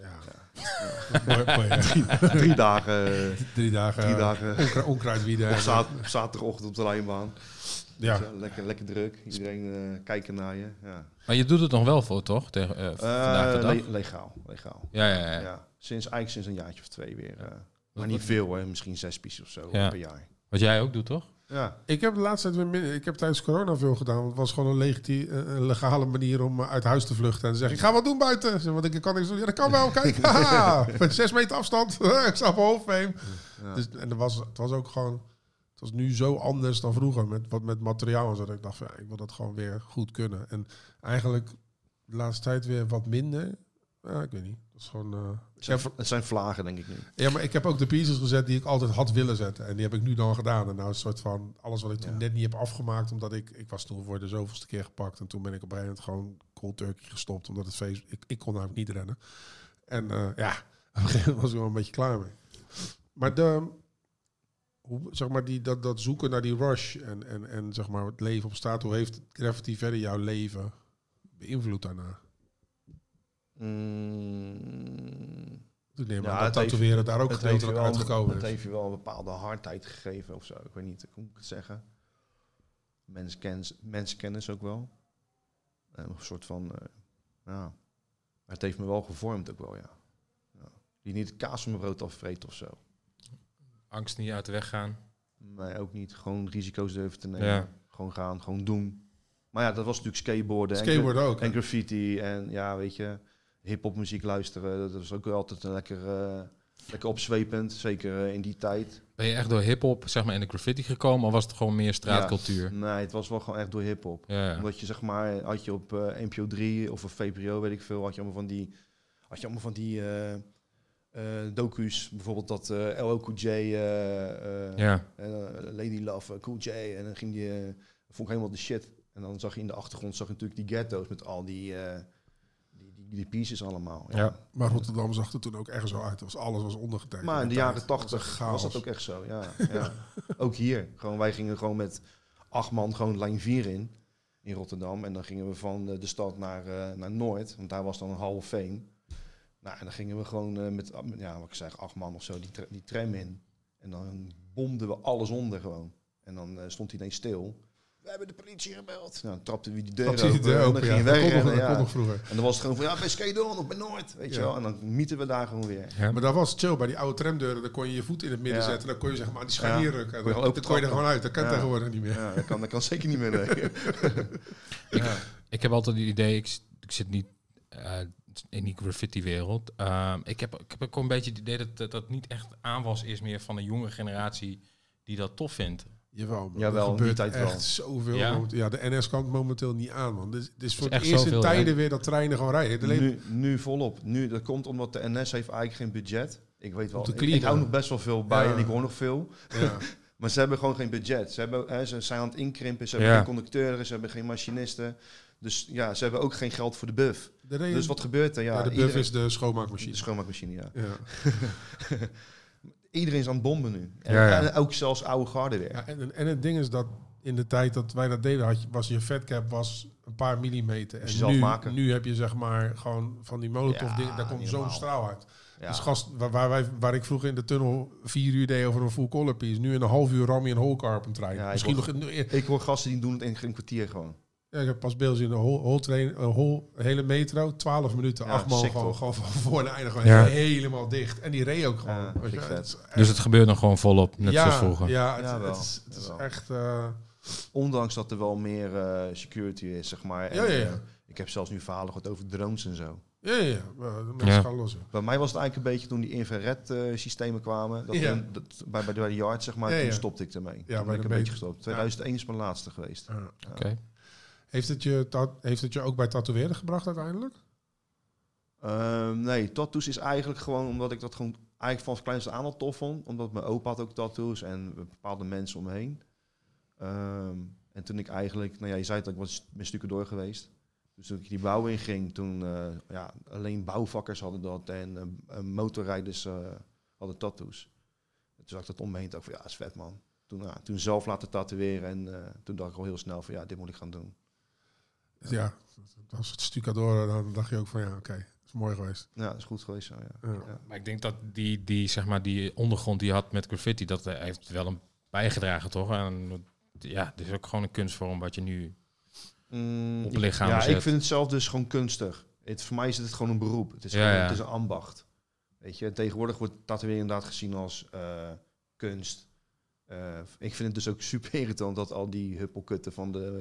Ja.
3 dagen,
3 dagen onkruidwieden.
op zaterdagochtend op de lijnbaan.
Ja.
Zo, lekker druk, iedereen kijken naar je. Ja.
Maar je doet het nog wel voor, toch? Vandaag de dag?
Legaal.
Ja.
Sinds een jaartje of 2 weer. Maar niet veel hoor, misschien 6 pieces of zo
Ja.
per jaar.
Wat jij ook doet, toch?
Ja,
Ik heb de laatste tijd weer minder. Ik heb tijdens corona veel gedaan. Want het was gewoon een legale manier om uit huis te vluchten. En te zeggen, ik ga wat doen buiten. Zeg, want ik kan niks doen. Ja, dat kan wel. Kijk, haha, met 6 meter afstand. Ik sta op Hall of Fame.
ja.
Dus, en het was ook gewoon... Het was nu zo anders dan vroeger. Met materiaal en zo. Dat ik dacht, van, ja, ik wil dat gewoon weer goed kunnen. En eigenlijk de laatste tijd weer wat minder. Ja, ik weet niet. Dat is gewoon...
Het zijn vlagen denk ik nu.
Ja, maar ik heb ook de pieces gezet die ik altijd had willen zetten. En die heb ik nu dan gedaan. En nou is een soort van alles wat ik toen net niet heb afgemaakt. Omdat ik was toen voor de zoveelste keer gepakt. En toen ben ik op een gegeven moment gewoon cold turkey gestopt. Omdat het feest... Ik kon namelijk niet rennen. En ja, op een gegeven moment was ik wel een beetje klaar mee. Maar zeg maar dat zoeken naar die rush en zeg maar het leven op straat. Hoe heeft graffiti verder jouw leven beïnvloed daarna? Ik neem aan dat tatoeëren daar ook gedeeltelijk uitgekomen
Het
is.
heeft je wel een bepaalde hardheid gegeven of zo. Ik weet niet hoe ik het zeggen. Mensenkennis ook wel. Een soort van... ja. Maar het heeft me wel gevormd ook wel, ja. Die niet kaas van mijn brood afvreten of zo.
Angst niet uit de weg gaan.
Nee, ook niet. Gewoon risico's durven te nemen.
Ja.
Gewoon gaan, gewoon doen. Maar ja, dat was natuurlijk skateboarden.
Skateboarden ook.
En graffiti. En ja, weet je, hip-hop muziek luisteren. Dat was ook wel altijd een lekker opzwepend. Zeker in die tijd.
Ben je echt door hiphop zeg maar, in de graffiti gekomen? Of was het gewoon meer straatcultuur?
Ja, nee, het was wel gewoon echt door hip-hop.
Ja.
Omdat je zeg maar, had je op NPO 3 of op VPRO, weet ik veel, had je allemaal van die docu's. Bijvoorbeeld dat LL Cool J, Lady Love, Cool J. En dan ging vond ik helemaal de shit. En dan zag je in de achtergrond natuurlijk die ghetto's met al die pieces allemaal.
Ja.
Maar Rotterdam zag er toen ook echt zo uit. Alles was ondergetekend.
Maar in de jaren 80 was
chaos.
dat ook echt zo, ja. Ook hier. Wij gingen gewoon met 8 man gewoon lijn 4 in Rotterdam. En dan gingen we van de stad naar Noord. Want daar was dan een Hall of Fame. Nou, en dan gingen we gewoon met 8 man of zo die tram in. En dan bomden we alles onder gewoon. En dan stond hij ineens stil. we hebben de politie gebeld. Nou, dan trapte wie die deur
Dat zie je
open.
deur
En dan
open,
ging
ja.
je
Dat
weg.
kon nog- dat
En,
kon nog vroeger.
en dan was het gewoon van, ja, bij Skedon of bij Noord. Weet je
Ja.
wel. En dan mieten we daar gewoon weer.
Ja.
Maar dat was chill. Bij die oude tramdeuren, dan kon je je voet in het midden
Ja.
zetten. Dan kon je zeg maar die scharnier
Ja.
rukken.
Kon je
Dan
gewoon
kon je er
open
gewoon uit. Dat kan
Ja.
tegenwoordig niet meer.
Ja, dat kan zeker niet meer. Nee.
Ik heb altijd het idee, ik zit niet in die graffiti-wereld. Ik heb ook een beetje het idee dat dat niet echt aanwas is meer van een jonge generatie die dat tof vindt.
Jawel, man.
Jawel,
er
die
gebeurt
tijd
echt
wel.
zoveel.
Ja?
Ja, de NS kan het momenteel niet aan, man. Dit is voor het
echt
eerst in
zoveel,
tijden
ja.
weer dat treinen gewoon rijden. Alleen,
Nu volop. Nu, dat komt omdat de NS heeft eigenlijk geen budget. Ik weet wel,
Om te
ik
cleanen.
hou nog best wel veel bij
Ja.
en ik hoor nog veel.
ja.
Maar ze hebben gewoon geen budget. Ze zijn aan het inkrimpen, ze hebben
Ja.
geen conducteuren, ze hebben geen machinisten. Dus ja, ze hebben ook geen geld voor de buff.
De reden-
Dus wat gebeurt er? Ja,
ja, de buff
iedereen-
is de schoonmaakmachine.
de schoonmaakmachine, ja.
Ja.
Iedereen is aan het bomben nu.
Ja.
En ook zelfs oude garde weer.
Ja, en het ding is dat in de tijd dat wij dat deden, was je vetcap was een paar millimeter.
Moest je
En
zelf
nu,
maken.
nu heb je zeg maar gewoon van die molotov
Ja,
dingen, daar komt
niet
zo'n
normaal.
straal uit.
Ja.
Dus gast, waar ik vroeger in de tunnel 4 uur deed over een full color piece, nu in een half uur ram je een holcar op een trein.
Ja,
Misschien
ik
nog
Ik hoor gasten die doen het in een kwartier gewoon.
ja, ik heb pas beeld in een hele metro, 12 minuten,
Ja,
8 man
sick
gewoon
toch?
van voor naar einde gewoon
Ja.
helemaal dicht. En die reed ook gewoon.
Ja,
weet je,
vind ik
het
vet.
is echt-
Dus het gebeurt nog gewoon volop, net zoals vroeger.
Ja,
Jawel,
het is
jawel.
echt...
Ondanks dat er wel meer security is, zeg maar.
Ja, ja, ja.
Ik heb zelfs nu verhalen gehoord over drones en zo.
ja, de mensen
Ja.
gaan los.
Bij mij was het eigenlijk een beetje toen die infrared systemen kwamen. Dat
Ja.
bij de yard, zeg maar,
Ja,
toen
ja.
stopte ik ermee.
bij
Toen ben ik
de
een beetje
meter.
gestopt. 2001 is mijn laatste geweest.
Ja.
Oké.
Heeft het je ook bij tatoeëren gebracht uiteindelijk?
Nee, tattoos is eigenlijk gewoon omdat ik dat gewoon eigenlijk van kleinste aan al tof vond. Omdat mijn opa had ook tattoos en bepaalde mensen om me heen. En toen ik eigenlijk, nou ja, je zei het, ik ben stukken door geweest. Dus toen ik die bouw inging, toen alleen bouwvakkers hadden dat en motorrijders hadden tattoos. En toen zag ik dat om me heen, dacht ik van ja, is vet man. Toen zelf laten tatoeëren en toen dacht ik al heel snel van ja, dit moet ik gaan doen.
Ja, als het stucador, dan dacht je ook van ja, oké, dat is mooi geweest.
Ja, dat is goed geweest. Zo, ja.
Ja.
Ja.
Maar ik denk dat zeg maar, die ondergrond die je had met graffiti, dat heeft wel een bijgedragen, toch? En ja, het is ook gewoon een kunstvorm wat je nu op lichaam
Ja,
zet.
ik vind het zelf dus gewoon kunstig. Voor mij is het gewoon een beroep. Het is,
Ja,
gewoon,
ja.
Het is een ambacht. Weet je, tegenwoordig wordt tatoeëren inderdaad gezien als kunst. Ik vind het dus ook super irritant dat al die huppelkutten van de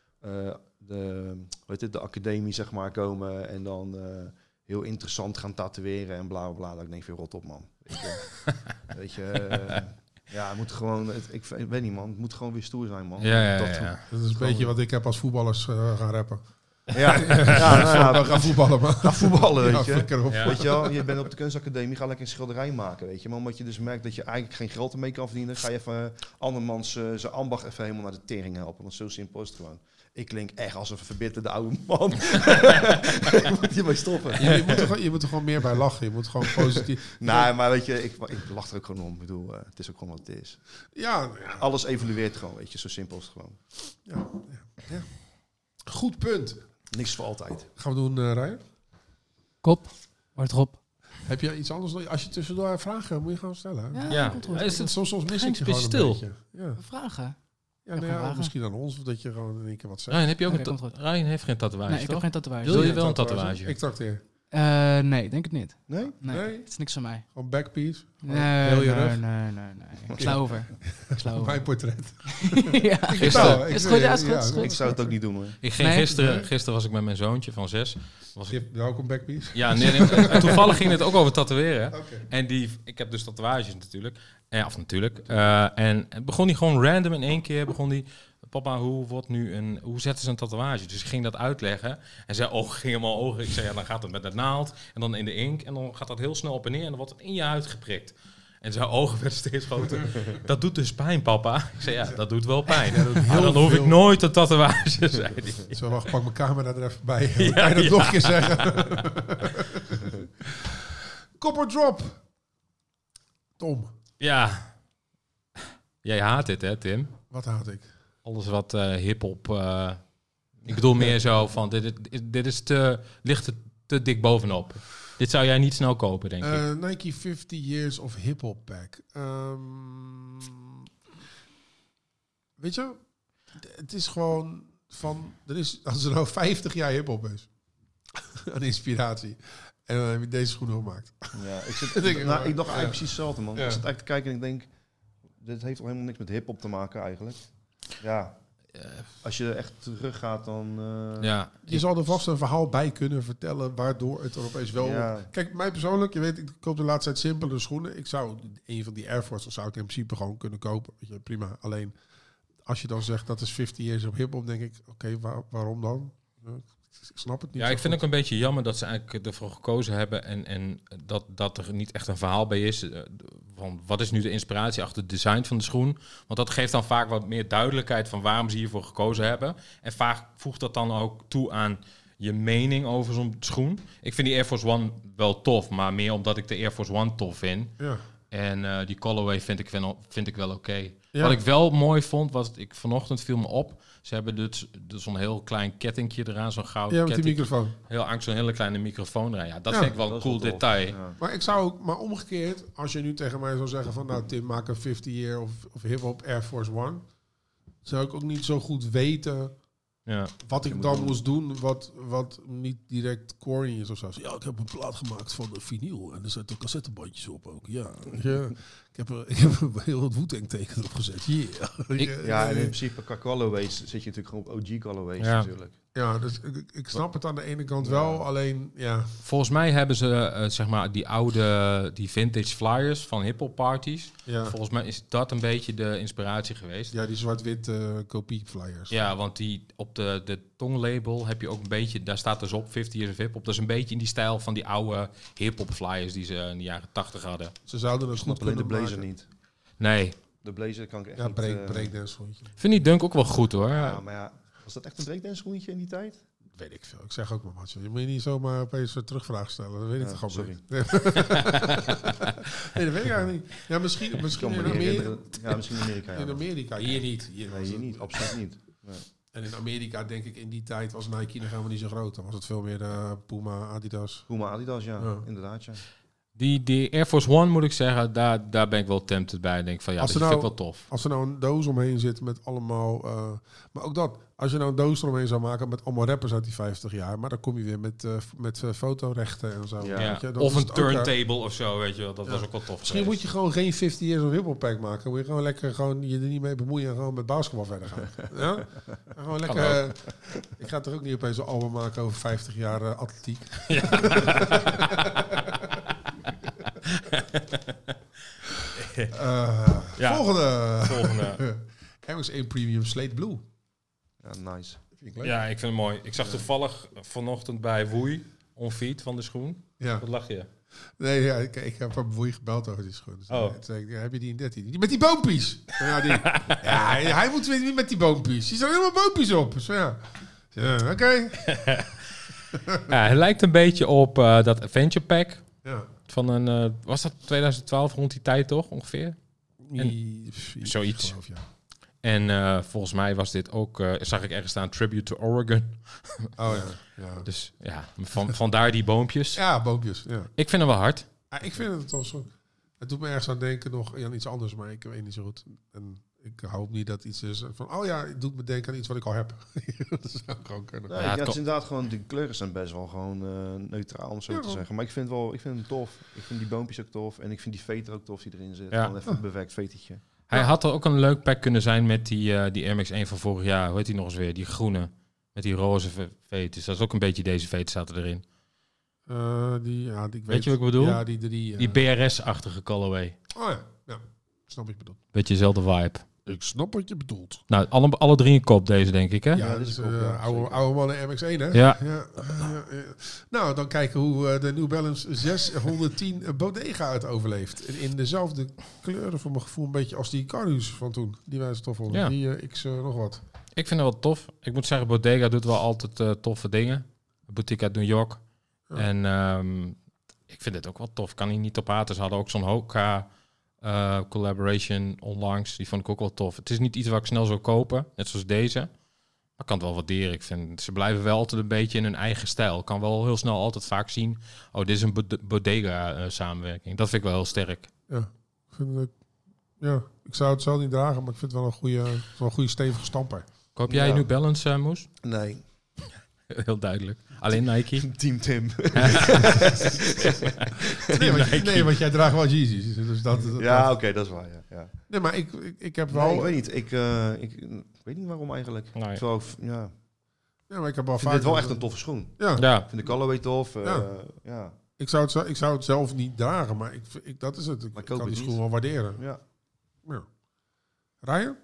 academie zeg maar komen en dan heel interessant gaan tatoeëren en bla bla bla. Dat ik denk van rot op man. Weet je, weet je ja, het moet gewoon, ik weet niet man, het moet gewoon weer stoer zijn man.
Ja.
Dat is een
Gewoon-
beetje wat ik heb als voetballers gaan rappen.
Ja, ja,
We gaan voetballen, man.
ga voetballen, weet
Ja,
je.
flikker op.
Ja.
Weet je wel, je bent op de kunstacademie, ga lekker een schilderij maken, weet je. Maar omdat je dus merkt dat je eigenlijk geen geld ermee kan verdienen, ga je even andermans zijn ambacht even helemaal naar de tering helpen. Want zo simpel is het gewoon. Ik klink echt als een verbitterde oude man. Ik moet hiermee stoppen.
Je moet er gewoon meer bij lachen. Je moet gewoon positief...
Nee, maar weet je, ik lach er ook gewoon om. Ik bedoel, het is ook gewoon wat het is.
Ja,
Alles evolueert gewoon, weet je. Zo simpel is het gewoon.
ja. Goed punt.
Niks voor altijd.
Gaan we doen, Ryan?
Kop, wordt erop.
Heb je iets anders? Als je tussendoor vragen hebt, moet je gewoon stellen.
Ja.
komt goed.
Is het-
Soms mis ik je
Geinst
gewoon een
stil.
beetje. Ja,
Vragen?
ja,
heb
nou
geen
ja
vragen.
misschien aan ons, of dat je gewoon in één keer wat zegt.
Ryan, heb je ook
Oké,
een
komt goed.
Ryan heeft geen tatoeage,
Nee, ik heb
toch?
geen tatoeage.
Wil je wel een tatoeage?
Ik trakteer.
Nee, denk het niet.
Nee?
Nee,
Nee?
het is niks van mij.
Gewoon backpiece.
Nee,
heel je
nee,
rug.
nee. Ik sla over. Ik sla over.
Mijn portret.
Ja.
Gisteren-
Nou,
Is het goed? Ja, is het goed, is het
Ik
goed.
zou het ook niet doen hoor.
Ik ging
Nee.
gisteren was ik met mijn zoontje van 6. Was
Je
ik,
hebt ook een backpiece?
ja, nee, en toevallig ging het ook over tatoeëren.
Oké.
En ik heb dus tatoeages natuurlijk. En het begon hij gewoon random in één keer. Begon hij, papa, hoe zetten ze een tatoeage? Dus ik ging dat uitleggen. En zijn ogen gingen helemaal ogen. Ik zei, ja, dan gaat het met de naald. En dan in de inkt. En dan gaat dat heel snel op en neer. En dan wordt het in je huid geprikt. En zijn ogen werden steeds groter. Dat doet dus pijn, papa. Ik zei, ja, dat doet wel pijn. Maar dan hoef ik
veel.
nooit een tatoeage, zei hij.
Zo, wacht, pak mijn camera er even bij.
Ja,
Kan je dat
ja.
nog een keer zeggen? Copper drop. Tom,
Ja. Jij haat dit, hè, Tim?
wat haat ik?
Alles wat hip-hop. Ik bedoel meer zo van: dit is ligt er te dik bovenop. Dit zou jij niet snel kopen, denk ik.
Nike 50 Years of Hip Hop Pack. Weet je, Het is gewoon van... als er nou 50 jaar hiphop is... aan inspiratie... en dan heb je deze schoenen gemaakt.
Ja, ik dacht
maar.
eigenlijk
Ja.
precies hetzelfde, man.
Ja.
Ik zit eigenlijk te kijken en ik denk... dit heeft al helemaal niks met hiphop te maken, eigenlijk. Ja, als je echt teruggaat, dan...
Ja,
Je zal er vast een verhaal bij kunnen vertellen... waardoor het Europees wel...
Ja.
Kijk, mij persoonlijk... je weet, ik koop de laatste tijd simpele schoenen. Ik zou een van die Air Force... zou ik in principe gewoon kunnen kopen. Weet je, prima. Alleen, als je dan zegt... dat is 50 years op hiphop... denk ik, oké, waarom dan? Ik snap het niet.
ja,
zo
ik vind
goed.
ook een beetje jammer dat ze eigenlijk ervoor gekozen hebben en dat er niet echt een verhaal bij is van wat is nu de inspiratie achter het design van de schoen. Want dat geeft dan vaak wat meer duidelijkheid van waarom ze hiervoor gekozen hebben. En vaak voegt dat dan ook toe aan je mening over zo'n schoen. Ik vind die Air Force One wel tof, maar meer omdat ik de Air Force One tof vind.
Ja.
En die colorway vind ik wel oké.
Ja.
Wat ik wel mooi vond, was ik vanochtend viel me op. Ze hebben dus zo'n heel klein kettingje eraan, zo'n gouden
Ja, met die
ketting.
microfoon.
Zo'n hele kleine microfoon eraan. Ja, dat
Ja,
vind ik wel
dat
een
is
cool
wel tof.
detail.
Ja.
Maar ik zou ook, maar omgekeerd, als je nu tegen mij zou zeggen van, nou Tim, maak een 50 year of hip-hop Air Force One, zou ik ook niet zo goed weten
Ja.
wat ik
moet
dan
doen.
moest doen, wat niet direct corny is of zo. Ja, ik heb een plaat gemaakt van de vinyl en er zitten cassettebandjes op ook. Ja, ik heb er heel wat Wu-Tang tekenen op gezet. Yeah.
Ja, en in principe qua colorways zit je natuurlijk gewoon op OG colorways
Ja.
natuurlijk.
Ja, dus ik snap het aan de ene kant wel, alleen ja.
Volgens mij hebben ze zeg maar die vintage flyers van hip-hop parties.
Ja,
Volgens mij is dat een beetje de inspiratie geweest.
ja die zwart-wit kopie flyers.
Ja, want die op de tonglabel heb je ook een beetje, daar staat dus op 50 Years of Hip Hop. Dat is een beetje in die stijl van die oude hip-hop flyers die ze in de jaren 80 hadden.
Ze zouden het
Ik snap
goed
alleen de
kunnen
blazer
maken.
niet.
Nee,
De blazer kan ik echt
Ja,
niet...
breakdance schoentje.
vind die dunk ook wel goed hoor.
Ja, maar ja, was dat echt een breakdance schoentje in die tijd?
Weet ik veel. Ik zeg ook maar wat. Je moet je niet zomaar opeens een terugvraag stellen. Dat weet ik
Ja,
toch gewoon
sorry.
niet. Nee, dat weet ik eigenlijk niet. Ja, misschien
Ik kan
in
me niet
Amerika.
herinneren. Ja, misschien in Amerika, ja.
In Amerika. Hier niet.
Nee, hier niet. Absoluut niet. Nee.
En in Amerika denk ik in die tijd was Nike nog helemaal niet zo groot. Dan was het veel meer Puma, Adidas.
Puma, Adidas, ja.
Ja.
Inderdaad, ja.
Die Air Force One moet ik zeggen, daar ben ik wel tempted bij. Ik denk van ja,
Als
dat
ze
vind ik
nou-
wel tof.
Als er nou een doos omheen zit met allemaal... maar ook dat. Als je nou een doos eromheen zou maken met allemaal rappers uit die 50 jaar. Maar dan kom je weer met fotorechten en zo.
Ja.
Weet je, dan
Of
is
een
het ook,
turntable of zo, weet je wel. Dat
Ja.
was ook wel tof.
Misschien moet je gewoon geen 50 years of hip-hop pack maken. Moet je gewoon lekker je er niet mee bemoeien en gewoon met basketbal verder gaan. Ja? En gewoon lekker. Ik ga toch ook niet opeens een album maken over 50 jaar atletiek.
Ja.
Volgende. MX1 Premium Slate Blue.
Ja, nice.
Vind ik leuk.
Ja, ik vind het mooi. Ik zag toevallig vanochtend bij Woei, onfeed van de schoen.
Ja.
Wat lach je?
Nee, ja, ik heb een boei gebeld over die schoen. Dus
Oh.
toen zei ik, ja, heb je die in 13? Die met die boompjes. Ja, hij moet weer niet met die boompjes. Die staan helemaal boompjes op. Dus ja, oké.
Ja, hij lijkt een beetje op dat Adventure Pack
Ja.
van een... was dat 2012 rond die tijd toch ongeveer? Zoiets.
Geloof, ja.
En volgens mij was dit ook... zag ik ergens staan Tribute to Oregon.
Oh ja. Ja,
Dus ja, vandaar die boompjes.
ja boompjes. Ja.
Ik vind hem wel hard.
Ja, ik vind het wel zo. Het doet me ergens aan denken nog aan iets anders, maar ik weet niet zo goed. En ik hoop niet dat iets is van, oh ja, het doet me denken aan iets wat ik al heb. Dat zou gewoon kunnen.
Nee,
Ja,
ja,
het
het is
kan-
inderdaad gewoon, de kleuren zijn best wel gewoon neutraal, om zo
Ja,
te
wel.
zeggen. Maar ik vind hem tof. Ik vind die boompjes ook tof. En ik vind die veter ook tof die erin zit.
Ja.
Gewoon even een bewerkt vetertje.
Hij had er ook een leuk pack kunnen zijn met die Air Max 1 van vorig jaar. Hoe heet die nog eens weer? Die groene. Met die roze veters. Dat is ook een beetje deze veters zaten erin.
Ik
Weet je wat ik bedoel?
Ja, die drie.
Die BRS-achtige colorway.
Oh ja, ja. Ik snap wat je bedoelt.
Beetje dezelfde vibe.
Ik snap wat je bedoelt.
Nou, alle drie een kop deze, denk ik, hè?
Ja,
dit
dat
is
is
ook, ja,
oude
zeker.
mannen MX1, hè?
Ja.
Ja. Nou, dan kijken hoe de New Balance 610 Bodega het overleeft. In dezelfde kleuren, voor mijn gevoel, een beetje als die Carus van toen. Die wij zo tof vonden.
Ja.
Die X nog wat.
Ik vind het wel tof. Ik moet zeggen, Bodega doet wel altijd toffe dingen. Een boutique uit New York.
Ja.
En ik vind het ook wel tof. Kan hij niet op haten. Ze hadden ook zo'n Hoka collaboration onlangs. Die vond ik ook wel tof. Het is niet iets wat ik snel zou kopen. Net zoals deze. Maar ik kan het wel waarderen. Ik vind, ze blijven wel altijd een beetje in hun eigen stijl. Ik kan wel heel snel altijd vaak zien... Oh, dit is een Bodega samenwerking. Dat vind ik wel heel sterk.
Ja, ik zou het zelf niet dragen, maar ik vind het wel een goede stevige stamper.
Koop jij
Ja.
nu Balance, Moes?
Nee.
Heel duidelijk. Alleen Nike.
Team Tim.
Nee, want jij draagt wel Yeezys. Dus dat
Ja, oké, dat is waar. Ja.
Nee, maar ik heb wel...
Nee, ik weet niet. Ik weet niet waarom eigenlijk.
Nee.
Terwijl ja,
Ja, maar ik heb wel
ik vind
vaak...
dit wel echt een toffe schoen.
Ja,
Ja.
Ik vind de colorway tof.
Ja.
Ja.
ik zou het zelf niet dragen, maar dat is het. Ik
Maar ik koop
kan die
het
schoen
niet.
wel waarderen.
Ja.
Ja. Ryan?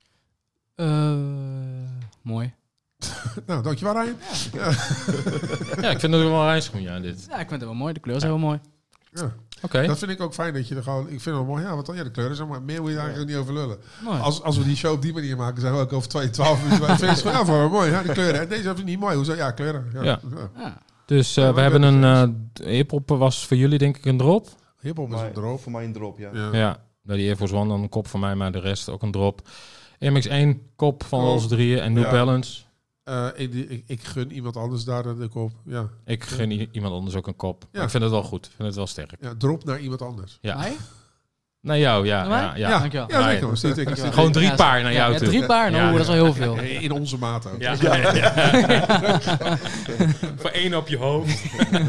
Mooi.
Nou, dankjewel Ryan.
Ja, ik vind het wel een rijschoen, ja, dit.
Ja, ik vind het wel mooi. De kleur is heel mooi.
Ja.
Oké.
Dat vind ik ook fijn dat je er gewoon... Ik vind het wel mooi. Ja, want dan, ja, de kleuren zijn maar meer moet je er eigenlijk niet over lullen.
Mooi.
Als we die show op die manier maken, zijn we ook over 12 minuten. Ik vind het gewoon wel mooi. Ja, die kleuren. En deze is niet mooi. Hoezo? Ja, kleuren. Ja.
Ja.
Ja.
Dus
Ja,
we
maar
hebben
ik ben
een... Hip-hop was voor jullie denk ik een drop.
Hiphop is een drop.
Voor mij een drop, ja.
Ja.
Ja. Nou, die Air Force One dan een kop voor mij, maar de rest ook een drop. MX1 kop van
Kop.
ons drieën en New
Ja.
Balance.
Ik gun iemand anders daar de kop. Ja.
Ik gun iemand anders ook een kop.
Ja.
Maar ik vind het wel goed. Ik vind het wel sterk.
Ja, drop naar iemand anders.
Ja.
Mij?
Naar jou, ja.
Naar mij?
Ja, ja.
Ja,
Dankjewel.
Ja, zeker.
Ja,
man. Zit ik-
Dankjewel.
Gewoon 3
Ja,
paar naar jou
ja,
toe.
3 paar? Nou,
Ja,
dat is wel heel veel.
In onze maat ook.
Ja. Voor 1 op je hoofd.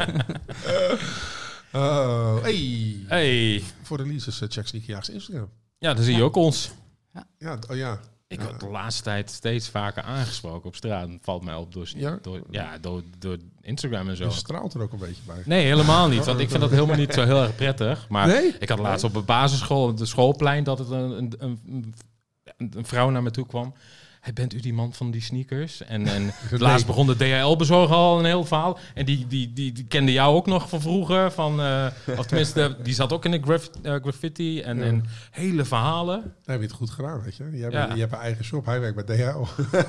Hey.
Hey.
Voor releases check Sneakerjaags Instagram.
Ja, dan zie je ook ons.
Ja, oh ja.
Ik word de laatste tijd steeds vaker aangesproken op straat. Valt mij op door Instagram en zo.
Je straalt er ook een beetje bij.
Nee, helemaal niet. Want ik vind dat helemaal niet zo heel erg prettig. Maar
Nee?
ik had laatst op een basisschool, op de schoolplein, dat het een vrouw naar me toe kwam. Hey, bent u die man van die sneakers? En laatst begon de DHL-bezorger al een heel verhaal. En die kende jou ook nog van vroeger. Of tenminste, die zat ook in de graffiti en hele verhalen.
Dan heb je het goed gedaan, weet je. Je hebt een eigen shop, hij werkt bij DHL.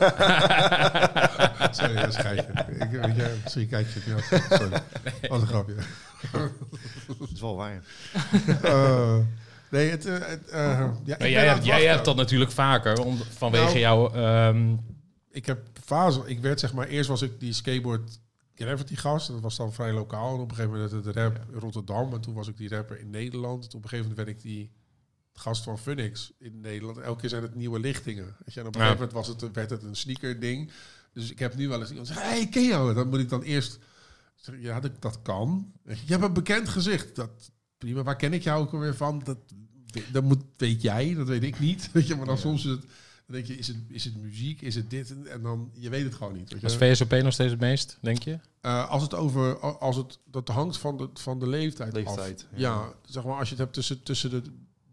Sorry, dat is een geitje. Misschien kijk je het niet af. Sorry. Wat een grapje.
Dat is wel waar.
Nee, ik
Maar
ben
jij
aan het wachten.
hebt dat natuurlijk vaker, vanwege
Nou,
jouw...
Ik heb fase. Ik werd zeg maar, eerst was ik die skateboard graffiti gast. Dat was dan vrij lokaal. En op een gegeven moment werd het rap Rotterdam. En toen was ik die rapper in Nederland. En op een gegeven moment werd ik die gast van Funix in Nederland. Elke keer zijn het nieuwe lichtingen. Weet je? En op een gegeven moment werd het een sneaker ding. Dus ik heb nu wel eens iemand zeggen, hey, ken jou? Dan moet ik dan eerst zeggen, ja, dat kan. Weet je hebt een bekend gezicht. Dat prima. Waar ken ik jou ook alweer van? Dat weet jij, dat weet ik niet. Weet je, maar dan soms is het. Dan denk je, is het muziek, is het dit? En dan, je weet het gewoon niet. Weet je?
Was VSOP nog steeds het meest, denk je?
Dat hangt van de leeftijd af. Ja, zeg maar, als je het hebt tussen de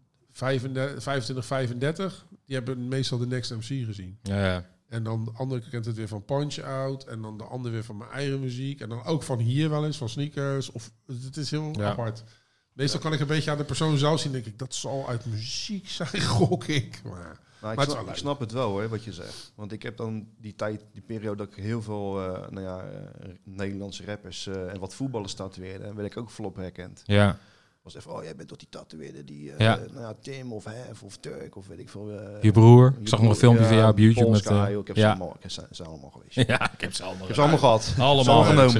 25, 35, die hebben meestal de Next MC gezien.
Ja.
En dan de andere kent het weer van Punch Out. En dan de andere weer van mijn eigen muziek. En dan ook van hier wel eens, van sneakers. Of het is heel apart. Meestal kan ik een beetje aan de persoon zelf zien. Denk ik, dat zal uit muziek zijn, gok ik. Maar
Ik snap het wel hoor, wat je zegt. Want ik heb dan die periode dat ik heel veel Nederlandse rappers en wat voetballers tatoeëerde. En werd ik ook volop herkend.
Ja.
Was even, jij bent toch die tatoeëerder die Tim of Hef of Turk of weet ik veel.
Je broer. Ik zag nog een filmpje van jou op YouTube met...
Ik heb ze allemaal geweest.
Ja, ik heb ze allemaal.
Ik heb ze allemaal gehad.
Allemaal
genomen.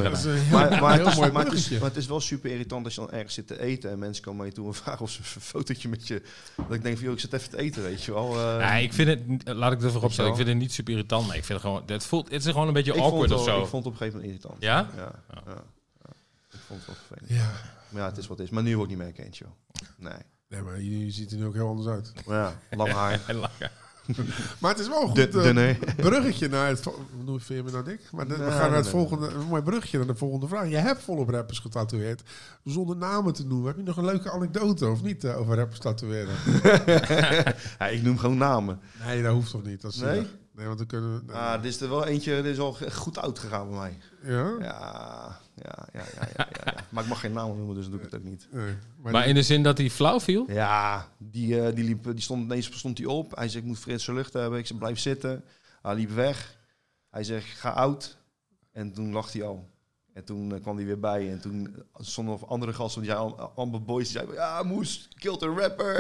Maar
het is wel super irritant als je dan ergens zit te eten en mensen komen naar je toe en vragen of ze een fotootje met je. Dat ik denk van, ik zit even te eten, weet je wel.
Ik vind het, laat ik het ervoor opstellen, ik vind het niet super irritant, maar ik vind het gewoon, het is gewoon een beetje awkward of zo.
Ik vond het op een gegeven moment irritant.
Ja?
Ja. Ik vond het wel vervelend.
ja.
Maar ja, het is wat het is. Maar nu word ik niet meer herkend, joh. Nee,
Maar je ziet er nu ook heel anders uit.
maar ja, lang haar.
Maar het is wel een goed
Dunne.
bruggetje naar het... Hoe vind je me nou dik? Maar we gaan naar het volgende... Een mooi bruggetje naar de volgende vraag. Je hebt volop rappers getatoeëerd. Zonder namen te noemen. Heb je nog een leuke anekdote of niet over rappers tatoeëren?
Ja, ik noem gewoon namen.
Nee, dat hoeft toch niet? Dat is
Nee?
zielig. Nee, want dan kunnen we...
Dit is er wel eentje, dit is al goed oud gegaan bij mij.
Ja?
Ja. Maar ik mag geen namen noemen, dus doe ik het ook niet.
Nee.
Maar in de zin dat hij flauw viel?
Ja, die stond hij op. Hij zei, ik moet frisse lucht hebben. Ik zei, blijf zitten. Hij liep weg. Hij zegt, ga oud. En toen lag hij al. En toen kwam hij weer bij. En toen stonden nog andere gasten. Die zeiden, allemaal boys, die zeiden, ja, Moes, killed a rapper.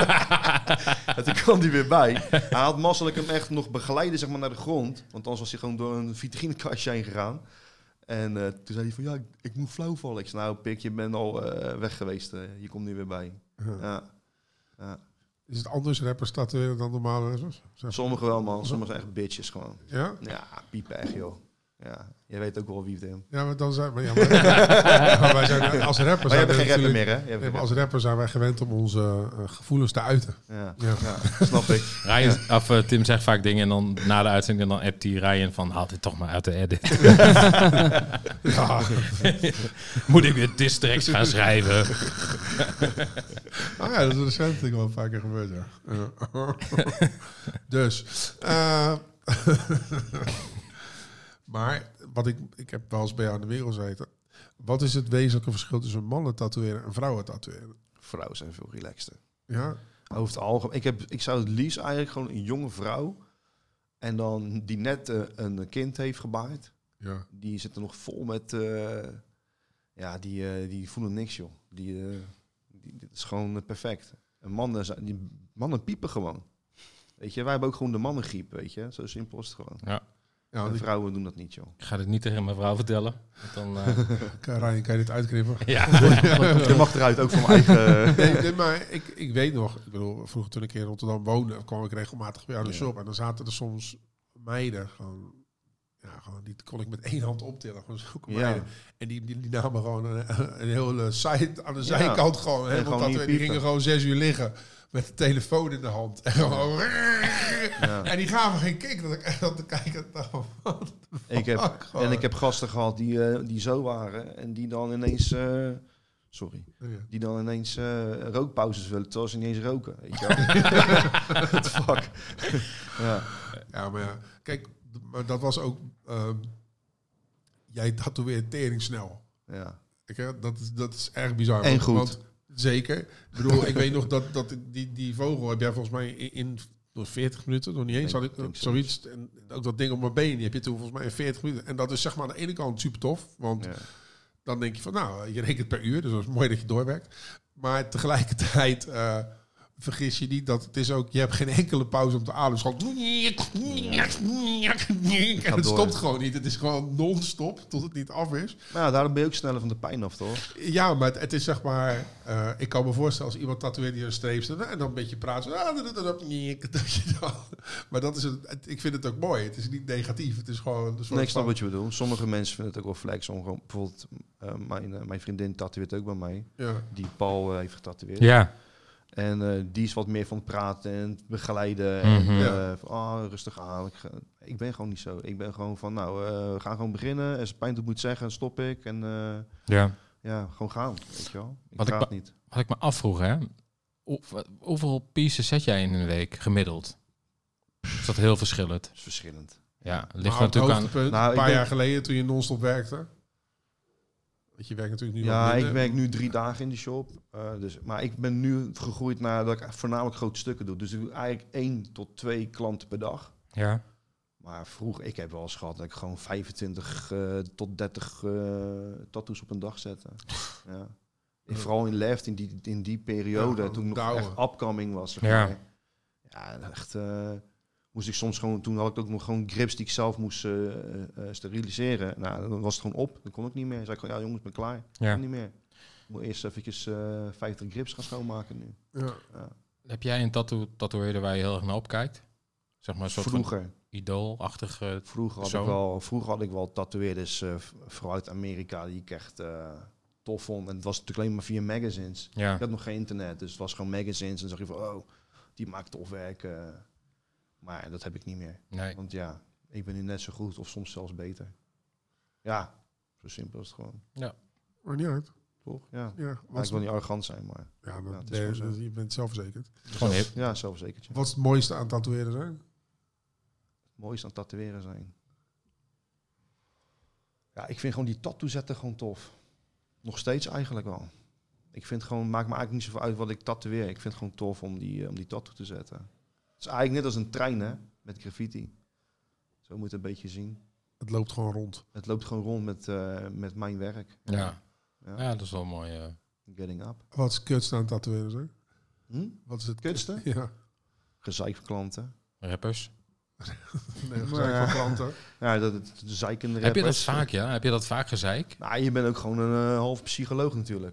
En toen kwam hij weer bij. Hij had masselijk hem echt nog begeleiden, zeg maar, naar de grond. Want anders was hij gewoon door een vitrinekastje heen gegaan. En toen zei hij van, ja, ik moet flauw vallen. Ik zei, nou, Pik, je bent al weg geweest. Je komt nu weer bij. Ja.
Is het anders rappers tatoeëren dan normale rappers?
Sommigen wel, man. Sommigen zijn echt bitches gewoon.
Ja?
Ja, piepen echt, joh. Ja, je weet ook wel wie, Tim.
Ja, maar dan zijn maar wij zijn als rappers.
Maar je hebt geen rapper
natuurlijk-
meer, hè? Je hebt
Nee, maar
geen
als rapper zijn wij gewend om onze gevoelens te uiten.
rapper.
Ja.
Ja, snap ik.
Ryan, Tim zegt vaak dingen en dan na de uitzending dan appt hij Ryan van haal dit toch maar uit de edit.
Ja.
Moet ik weer diss tracks gaan schrijven?
Ah ja, dat is recent wel een paar keer gebeurd, ja. Ja. Dus, maar wat ik heb wel eens bij jou in de wereld gezeten. Wat is het wezenlijke verschil tussen mannen tatoeëren en vrouwen tatoeëren?
Vrouwen zijn veel relaxter.
Ja,
Over het algemeen. Ik zou het liefst eigenlijk gewoon een jonge vrouw. En dan die net een kind heeft gebaard.
ja.
Die zitten nog vol met... die voelen niks, joh. Dit is gewoon perfect. En mannen piepen gewoon. Weet je, wij hebben ook gewoon de mannengriep, weet je. Zo simpel is het gewoon.
Ja.
Ja,
En vrouwen doen dat niet, joh.
Ik ga dit niet tegen mijn vrouw vertellen. Want dan,
Ryan, kan je dit uitknippen?
ja.
Je mag eruit, ook van mijn eigen...
Nee, maar ik weet nog, ik bedoel, vroeger toen ik in Rotterdam woonde, kwam ik regelmatig bij jou in de
Ja.
shop. En dan zaten er soms meiden, gewoon, die kon ik met één hand optillen. Gewoon zulke
Ja.
meiden. En die namen gewoon een hele site aan de
Ja.
zijkant gewoon.
En
Helemaal
gewoon niet
die gingen
piepen.
gewoon 6 uur liggen met de telefoon in de hand. En gewoon...
Ja.
En die gaven geen kick dat ik echt aan te kijken. Wat
Ik
gewoon.
heb gasten gehad die zo waren. En die dan ineens... Die dan ineens rookpauzes willen, terwijl ze niet eens roken. Weet je wel? What the fuck? Ja.
Ja, maar ja, kijk, maar dat was ook... jij tatoeëert tering snel.
Ja.
Dat is erg bizar.
En goed.
Want, zeker. Ik bedoel, ik weet nog dat die vogel heb jij volgens mij in door 40 minuten, nog niet eens, had ik
denk
zoiets. En ook dat ding op mijn been, die heb je toen volgens mij in 40 minuten. En dat is zeg maar aan de ene kant super tof, want
Ja.
dan denk je van, nou, je rekent per uur, dus dat is mooi dat je doorwerkt. Maar tegelijkertijd vergis je niet dat het is ook, je hebt geen enkele pauze om te ademen. Het is gewoon... En het
door.
stopt gewoon niet. Het is gewoon non-stop tot het niet af is.
Maar ja, daarom ben je ook sneller van de pijn af, toch?
Ja, maar het is zeg maar... ik kan me voorstellen als iemand tatoeëert die een streep zet... en dan een beetje praten. Maar dat is ik vind het ook mooi. Het is niet negatief. Het is gewoon... een soort
Nee, ik snap
van-
wat je bedoelt. Sommige mensen vinden het ook wel flex om gewoon... Bijvoorbeeld, mijn vriendin tatoeëert ook bij mij.
Ja.
Die Paul heeft getatoeëerd.
Ja.
En die is wat meer van het praten en het begeleiden.
Mhm.
En, rustig aan. Ik ben gewoon niet zo. Ik ben gewoon van, we gaan gewoon beginnen. Als het pijn doet, moet zeggen, stop ik. En
Ja.
gewoon gaan. Weet je wel? Ik
Wat ik
praat niet.
Wat ik me afvroeg, hè. Hoeveel pieces zet jij in een week gemiddeld? Is dat heel verschillend?
Dat is verschillend.
Ja,
Maar
ligt
op het
natuurlijk aan...
hoogtepunt,
Nou,
een
ik
paar
denk-
jaar geleden toen je non-stop werkte. Want je werkt natuurlijk nu wat
Ja,
minder.
ik werk nu 3 dagen in de shop. Maar ik ben nu gegroeid naar dat ik voornamelijk grote stukken doe. Dus ik doe eigenlijk 1 tot 2 klanten per dag.
Ja.
Maar vroeger, ik heb wel eens gehad dat ik gewoon 25 tot 30 tattoos op een dag zette. Ja. Vooral in Left, in die periode,
Ja,
toen ik nog
douwen.
echt upcoming was. Zeg
Ja.
maar. Ja, echt... moest ik soms gewoon... Toen had ik ook nog gewoon grips die ik zelf moest steriliseren. Nou, dan was het gewoon op. Dan kon ik niet meer. Dan zei ik gewoon, ja jongens, ik ben klaar. Ik
Ja.
kan niet meer. Ik moet eerst eventjes 50 grips gaan schoonmaken nu.
Ja.
Heb jij een tatoeëerder waar je heel erg naar opkijkt? Zeg maar een soort van
Vroeger.
idoolachtige...
Vroeger had ik wel tatoeëerders, vooral uit Amerika, die ik echt tof vond. En het was natuurlijk alleen maar via magazines.
Ja.
Ik had nog geen internet, dus het was gewoon magazines. En dan zag je van, oh, die maakt tof werk. Maar dat heb ik niet meer.
Nee.
Want ja, ik ben nu net zo goed of soms zelfs beter. Ja, zo simpel is het gewoon.
Maar niet uit.
Toch? Ja.
Ja,
Maar ik wil niet arrogant zijn, maar
ja,
Ja,
maar
het is gewoon zo.
je bent zelfverzekerd.
Gewoon hip.
ja, zelfverzekertje.
Wat is het mooiste aan tatoeëren zijn?
Het mooiste aan tatoeëren zijn. Ja, ik vind gewoon die tattoo zetten gewoon tof. Nog steeds eigenlijk wel. Ik vind gewoon, maakt me eigenlijk niet zoveel uit wat ik tatoeëer. Ik vind het gewoon tof om die tattoo te zetten. Het is eigenlijk net als een trein, hè, met graffiti. Zo moet je het een beetje zien.
Het loopt gewoon rond.
Het loopt gewoon rond met mijn werk.
Ja.
Ja.
Ja, dat is wel mooi.
Getting up.
Wat is het kutste aan tatoeëren zijn? Wat is het
Kutste?
Ja.
Gezeik van klanten.
Rappers.
Nee, gezeik van klanten.
Ja, de zeikende
Heb je dat
rappers.
vaak, ja? Heb je dat vaak gezeik?
Nou, je bent ook gewoon een half psycholoog natuurlijk.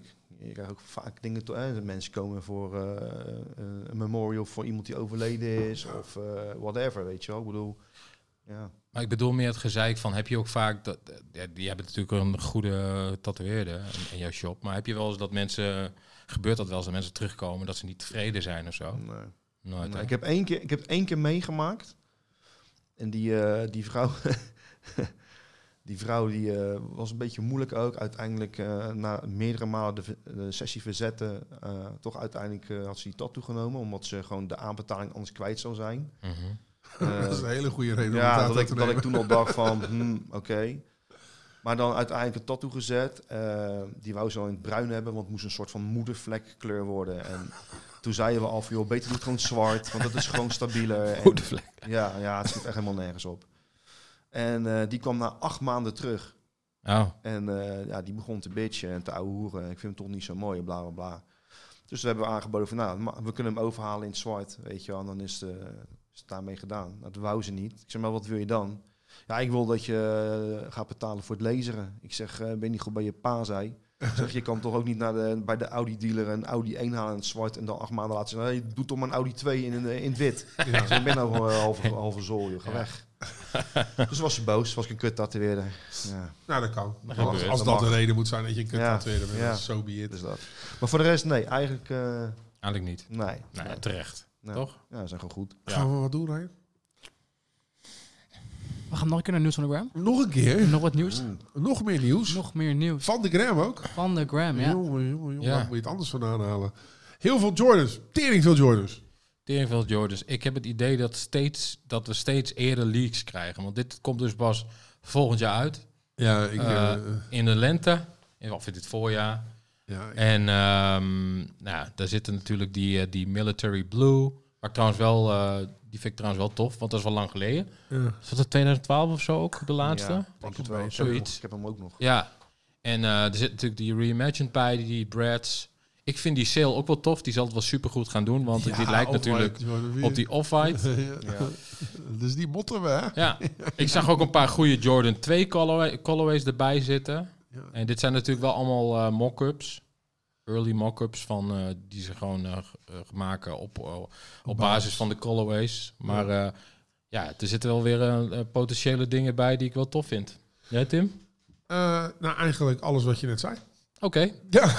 je krijgt ook vaak dingen... mensen komen voor een memorial voor iemand die overleden is. Of whatever, weet je wel. Ik bedoel, ja.
Maar ik bedoel meer het gezeik van, heb je ook vaak... die hebben natuurlijk een goede tatoeëerder in jouw shop. Maar heb je wel eens dat mensen... Gebeurt dat wel eens dat mensen terugkomen dat ze niet tevreden zijn of zo?
Nee.
Nooit,
Nee,
hè?
ik heb één keer meegemaakt. En die vrouw... die vrouw die was een beetje moeilijk ook. Uiteindelijk na meerdere malen de sessie verzetten... toch uiteindelijk had ze die tattoo genomen. Omdat ze gewoon de aanbetaling anders kwijt zou zijn.
Dat is een hele goede reden om
Ja,
het
dat ik toen al dacht van... oké. Maar dan uiteindelijk een tattoo gezet. Die wou ze al in het bruin hebben, want het moest een soort van moedervlekkleur worden. En toen zeiden we al van, joh, beter doe het gewoon zwart, want dat is gewoon stabieler. En,
Moedervlek.
ja, het zit echt helemaal nergens op. En die kwam na 8 maanden terug.
Oh,
En die begon te bitchen en te ouwehoeren. Ik vind hem toch niet zo mooi, bla, bla, bla. Dus we hebben aangeboden van, nou, we kunnen hem overhalen in het zwart, weet je wel. En dan is het daarmee gedaan. Nou, dat wou ze niet. Ik zeg, maar wat wil je dan? Ja, ik wil dat je gaat betalen voor het laseren. Ik zeg, ben je niet goed bij je pa, zei. Ik zeg, je kan toch ook niet bij de Audi-dealer een Audi 1 halen in het zwart... en dan 8 maanden laten zeggen, hey, doe toch maar een Audi 2 in het wit.
Ja.
Ik zeg, ik ben nou halve zool, joh, ga weg. Dus was ze boos, was ik een kut tatoeëerder. Ja,
Nou, dat kan.
Dat
Als,
gebeurt.
als
Dat
dat de
mag.
reden moet zijn dat je een kut
Ja.
tatoeëerder bent,
Ja.
dan so be it.
dus dat. Maar voor de rest, nee, eigenlijk...
eigenlijk niet.
nee.
Nee, terecht.
Nee.
Toch?
Ja, dat zijn gewoon goed.
Ja.
Gaan we wat doen, Ryan?
We gaan nog een keer naar nieuws van de gram.
Nog een keer.
Nog wat nieuws.
Nog meer nieuws.
Nog meer nieuws.
Van de gram ook.
Van de gram, ja.
Jongen,
Ja.
waar moet je het anders vandaan halen? Heel veel Jordans. Tering veel Jordans.
Tering veel Jordans. Ik heb het idee dat we steeds eerder leaks krijgen. Want dit komt dus pas volgend jaar uit.
Ja,
In de lente. Of in het voorjaar.
ja,
En daar zitten natuurlijk die Military Blue. Waar ik trouwens wel... die vind ik trouwens wel tof, want dat is wel lang geleden.
ja.
Was dat 2012 of zo ook, de laatste?
Ja, denk het wel.
Zoiets.
Ik heb hem ook nog.
Ja, en er zit natuurlijk die Reimagined bij, die Brads. Ik vind die sale ook wel tof. Die zal het wel supergoed gaan doen, want die lijkt natuurlijk op die Off-White.
Ja.
Dus die motten we, hè?
Ja, ik zag ook een paar goede Jordan 2 colorways erbij zitten.
Ja.
En dit zijn natuurlijk wel allemaal mock-ups. Early mock-ups van die ze gewoon maken op basis van de colorways. Maar er zitten wel weer potentiële dingen bij die ik wel tof vind. Jij, Tim?
Nou, eigenlijk alles wat je net zei.
Oké.
Ja.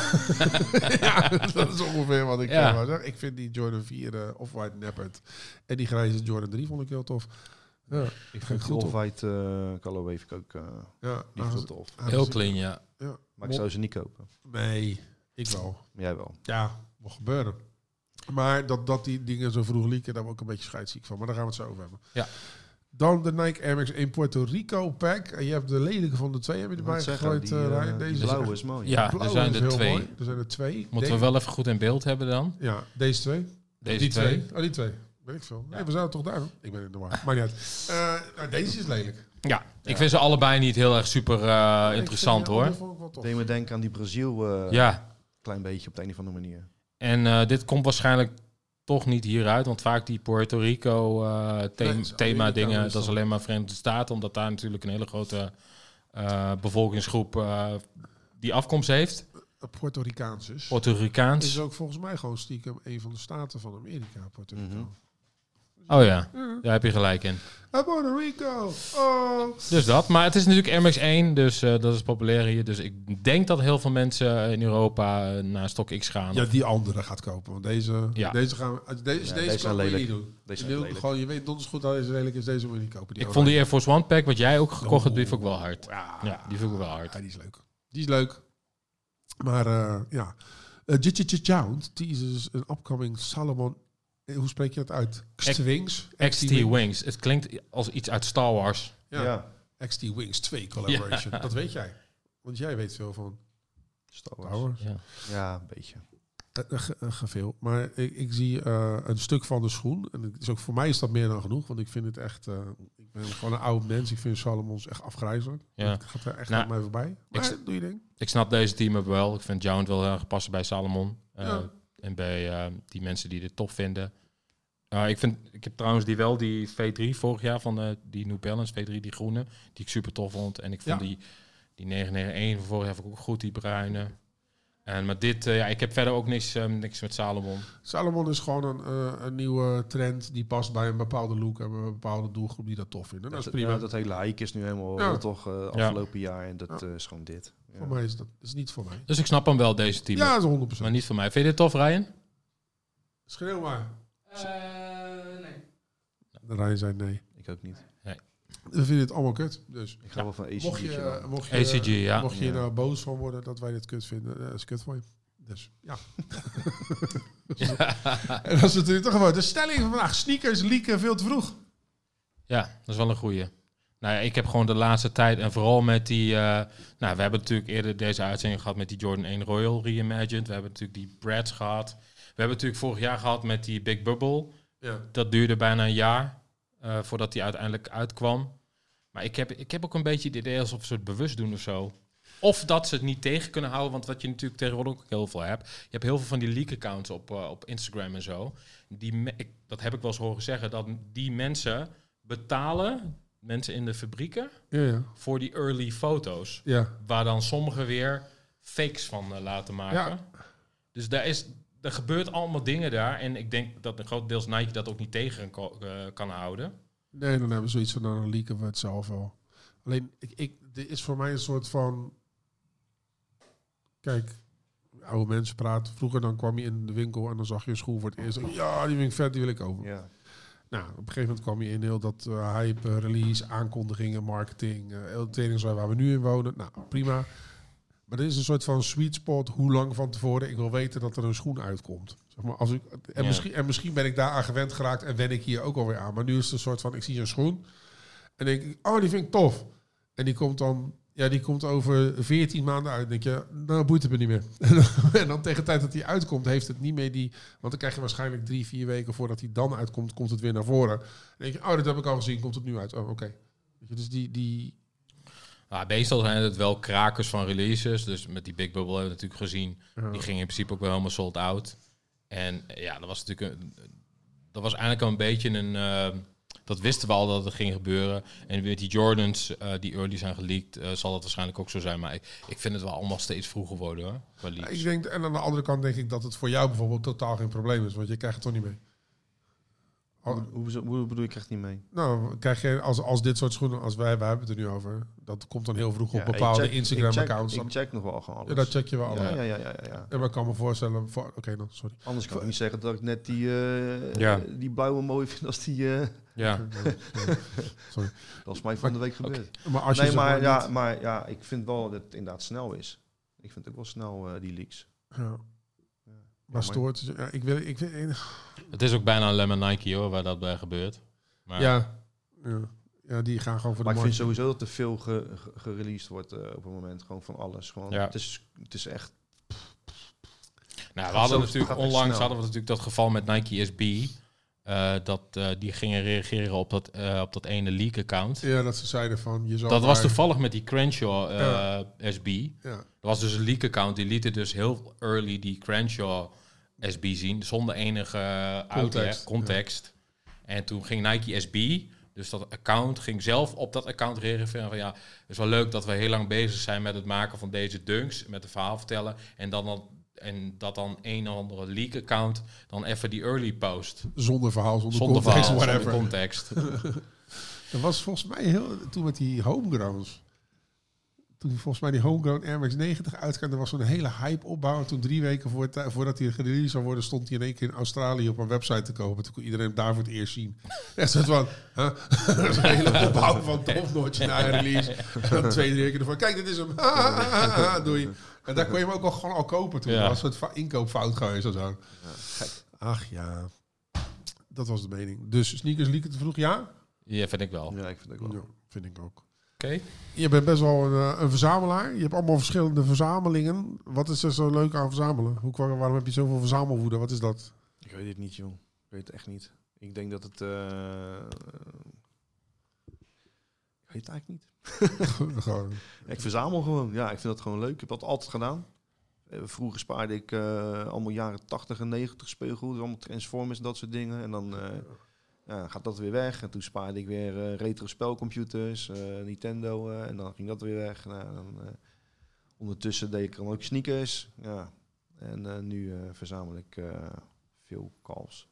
Ja, dat is ongeveer wat ik
Ja.
wou zeggen. Ik vind die Jordan 4 Off-White Nappered en die grijze Jordan 3 vond ik heel tof. Ja,
Ik
vind
vind
het heel tof.
Off-White colorway vind ik ook
Ja,
niet veel tof.
Heel clean, ja.
Ja.
Maar ik zou ze niet kopen.
Nee, ik wel.
Jij wel.
Ja, mag gebeuren. Maar dat die dingen zo vroeg leaken, daar word ik een beetje scheidsziek van. Maar daar gaan we het zo over hebben.
Ja.
Dan de Nike Air Max 1 Puerto Rico pack. En je hebt de lelijke van de twee heb je erbij gegooid. Ryan.
die
Deze
blauwe is mooi.
Ja,
blauwe
er zijn
is
er
heel
2.
mooi. Er zijn er 2.
Moeten we wel even goed in beeld hebben dan?
Ja, deze 2.
Deze
die
2.
Oh, die 2. Weet ik veel. Nee, we zouden toch daar doen? Ik ben in de war. Maar niet uit. Deze is lelijk.
Ja, ik vind ze allebei niet heel erg super interessant, hoor.
Dat vond ik wel tof.
Deed me denken aan die Brazil
Ja,
klein beetje op de een of andere manier.
en dit komt waarschijnlijk toch niet hieruit, want vaak die Puerto Rico
Nee, het is
thema
Amerika
dingen,
meestal.
dat is alleen maar Verenigde Staten, omdat daar natuurlijk een hele grote bevolkingsgroep die afkomst heeft.
Puerto Ricaans dus.
Puerto Ricaans.
Is ook volgens mij gewoon stiekem een van de staten van Amerika, Puerto Rico.
Mhm.
Oh ja, daar heb je gelijk in.
Puerto Rico! Oh!
Dus dat. Maar het is natuurlijk Air Max 1, dus dat is populair hier. Dus ik denk dat heel veel mensen in Europa naar StockX gaan.
Ja, die andere gaat kopen. Want deze,
Ja.
deze gaan we... Deze
zijn
kan je
lelijk.
niet doen.
Deze
Je
zijn
wil
lelijk.
gewoon, je weet donders goed dat deze lelijk is. Deze moet je niet kopen.
Ik vond die Air Force One pack, wat jij ook gekocht hebt, die vond ik wel hard.
Ja,
Ja, die vond ik wel hard.
ja, die is leuk. Die is leuk. Maar ja. Jound teases een upcoming Salomon... Hoe spreek je dat uit? X-Wings?
XT Wings. Het klinkt als iets uit Star Wars.
Ja.
Ja.
XT Wings 2 collaboration.
Ja.
Dat weet jij. Want jij weet veel van
Star
Star
Wars.
Wars.
Ja.
Ja, een beetje.
Geveel. Maar ik zie een stuk van de schoen. En het is ook, voor mij is dat meer dan genoeg. Want ik vind het echt... ik ben gewoon een oud mens. Ik vind Salomons echt afgrijzelijk.
Ja.
Het gaat er echt
Nou,
aan mij voorbij. Maar doe je ding.
Ik snap deze team ook wel. Ik vind Jound wel heel erg passen bij Salomon.
Ja.
En bij die mensen die dit tof vinden. Ik heb trouwens die V3 vorig jaar van die New Balance V3, die groene, die ik super tof vond. En ik vond die 991 van vorig jaar vond ik ook goed, die bruine. Maar dit, ik heb verder ook niks met Salomon.
Salomon is gewoon een nieuwe trend die past bij een bepaalde look en een bepaalde doelgroep die dat tof vinden. Dat is prima.
Ja, dat hele hike is nu helemaal
Ja.
toch afgelopen jaar en dat is gewoon dit. Ja.
Voor mij is dat is niet voor mij.
Dus ik snap hem wel, deze team.
Ja, dat is 100%.
Maar niet voor mij. Vind je dit tof, Ryan?
Schreeuw maar.
Nee.
De Ryan zei nee.
Ik ook niet.
We vinden het allemaal kut. Dus
Ik ga wel van ACG.
mocht
ACG, ja.
Mocht je hier
Ja.
nou boos van worden dat wij dit kut vinden, dat is kut voor je. Dus ja. En dat is natuurlijk toch gewoon de stelling van vandaag. Sneakers leaken veel te vroeg.
Ja, dat is wel een goeie. Nou ja, ik heb gewoon de laatste tijd en vooral met die... we hebben natuurlijk eerder deze uitzending gehad met die Jordan 1 Royal Reimagined. We hebben natuurlijk die Brads gehad. We hebben natuurlijk vorig jaar gehad met die Big Bubble.
Ja.
Dat duurde bijna een jaar voordat die uiteindelijk uitkwam. Maar ik heb ook een beetje het idee alsof ze het bewust doen of zo. Of dat ze het niet tegen kunnen houden. Want wat je natuurlijk tegenwoordig ook heel veel hebt. Je hebt heel veel van die leak-accounts op Instagram en zo. Dat heb ik wel eens horen zeggen. Dat die mensen betalen, mensen in de fabrieken,
Ja.
voor die early foto's.
Ja.
Waar dan sommigen weer fakes van laten maken.
Ja.
Dus er gebeurt allemaal dingen daar. En ik denk dat een groot deels Nike dat ook niet tegen kan houden.
Nee, dan hebben we zoiets van, nou, dan leaken we het zelf wel. Alleen, dit is voor mij een soort van... Kijk, oude mensen praten. Vroeger dan kwam je in de winkel en dan zag je een schoen voor het eerst. Ja, die vind ik vet, die wil ik over.
Ja.
Nou, op een gegeven moment kwam je in heel dat hype, release, aankondigingen, marketing, heel tering waar we nu in wonen. Nou, prima. Maar dit is een soort van sweet spot. Hoe lang van tevoren ik wil weten dat er een schoen uitkomt. Zeg maar, misschien ben ik daar aan gewend geraakt en wen ik hier ook alweer aan. Maar nu is het een soort van, ik zie een schoen en denk ik, oh, die vind ik tof. En die komt dan, die komt over 14 maanden uit. Dan denk je, nou, boeit het me niet meer. En dan tegen de tijd dat die uitkomt, heeft het niet meer die... Want dan krijg je waarschijnlijk 3-4 weken voordat die dan uitkomt, komt het weer naar voren. Dan denk je, oh, dit heb ik al gezien, komt het nu uit. Oh, oké. Weet je, dus die...
Meestal zijn het wel krakers van releases. Dus met die Big Bubble hebben we natuurlijk gezien. Die ging in principe ook wel helemaal sold out. En ja, dat was natuurlijk dat was eigenlijk al een beetje een... dat wisten we al dat het ging gebeuren. En met die Jordans die early zijn geleakt, zal dat waarschijnlijk ook zo zijn. Maar ik vind het wel allemaal steeds vroeger worden, hoor. Qua leaks.
Ik denk, en aan de andere kant denk ik dat het voor jou bijvoorbeeld totaal geen probleem is. Want je krijgt het toch niet mee.
Hoe bedoel je, krijgt niet mee?
Nou, krijg je als dit soort schoenen, als wij hebben het er nu over, dat komt dan heel vroeg op bepaalde Instagram-accounts.
Ik check nog wel gewoon alles.
Ja, dat check je wel allemaal.
Ja.
En maar ik kan me voorstellen, oké dan, sorry.
Anders kan ik niet zeggen dat ik net die blauwe mooi vind als die...
Ja.
Sorry.
Dat is mij van de week gebeurd.
Maar als je
maar ik vind wel dat het inderdaad snel is. Ik vind het ook wel snel, die leaks.
Ja. Maar stoort. Ja, ik wil.
Het is ook bijna alleen maar Nike, hoor, waar dat bij gebeurt. Maar
Ja, die gaan gewoon voor
maar
de
ik vind
markt.
sowieso dat er veel gereleased wordt op het moment. Gewoon van alles. Gewoon,
Ja.
Het is echt...
Nou, we hadden natuurlijk
gaat echt
onlangs
snel.
hadden we natuurlijk dat geval met Nike SB. Die gingen reageren op dat ene leak-account.
Ja, dat ze zeiden van je zal.
Dat was
maar-
toevallig met die Crenshaw SB.
Ja.
Dat was dus een leak-account. Die liet het dus heel early die Crenshaw SB zien. Zonder enige uitleg, context. En toen ging Nike SB... Dus dat account ging zelf op dat account reageren van... het is wel leuk dat we heel lang bezig zijn met het maken van deze dunks. Met het verhaal vertellen. En dat dan een of andere leak-account dan even die early post.
Zonder verhaal, zonder
Zonder
context,
verhaal,
whatever.
zonder context.
Dat was volgens mij toen met die homegrowns. Toen volgens mij die homegrown Air Max 90 uitkwam, er was zo'n hele hype opbouw. En toen 3 weken voordat hij gereleased zou worden, stond hij in één keer in Australië op een website te kopen. Toen kon iedereen hem daar voor het eerst zien. Echt zo van, dat is een hele opbouw van topnotch naar een release. En dan 2-3 weken ervoor, kijk, dit is hem. Doei. En daar kon je hem ook gewoon al kopen toen.
Ja.
Dat was een soort inkoopfout geweest of zo. Ach ja, dat was de mening. Dus sneakers leaken te vroeg, ja?
Ja, vind ik wel.
Ja, ik vind het ook wel.
Ja, vind ik ook.
Oké.
Je bent best wel een verzamelaar. Je hebt allemaal verschillende verzamelingen. Wat is er zo leuk aan verzamelen? Waarom heb je zoveel verzamelwoede? Wat is dat?
Ik weet het niet, joh. Ik weet het echt niet. Ik denk dat het... ik weet het eigenlijk niet.
Gewoon,
Ik verzamel gewoon. Ja, ik vind dat gewoon leuk. Ik heb dat altijd gedaan. Vroeger spaarde ik allemaal jaren 80 en 90 speelgoed. Allemaal Transformers en dat soort dingen. En dan gaat dat weer weg. En toen spaarde ik weer retro spelcomputers, Nintendo. En dan ging dat weer weg. Nou, dan, Ondertussen deed ik dan ook sneakers. Ja. En nu verzamel ik veel calls.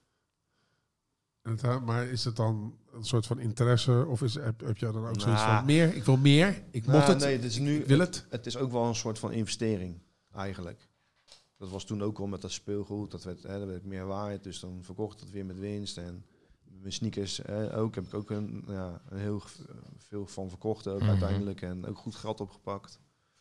Maar is het dan een soort van interesse? Of heb je dan ook zoiets
Nou,
van meer? Ik wil meer. Ik moet het.
Nee, het is nu,
ik wil het.
Het is ook wel een soort van investering, eigenlijk. Dat was toen ook al met dat speelgoed. Dat werd meer waard. Dus dan verkocht het weer met winst. En mijn sneakers ook. Heb ik ook een heel veel van verkocht ook uiteindelijk. En ook goed geld opgepakt.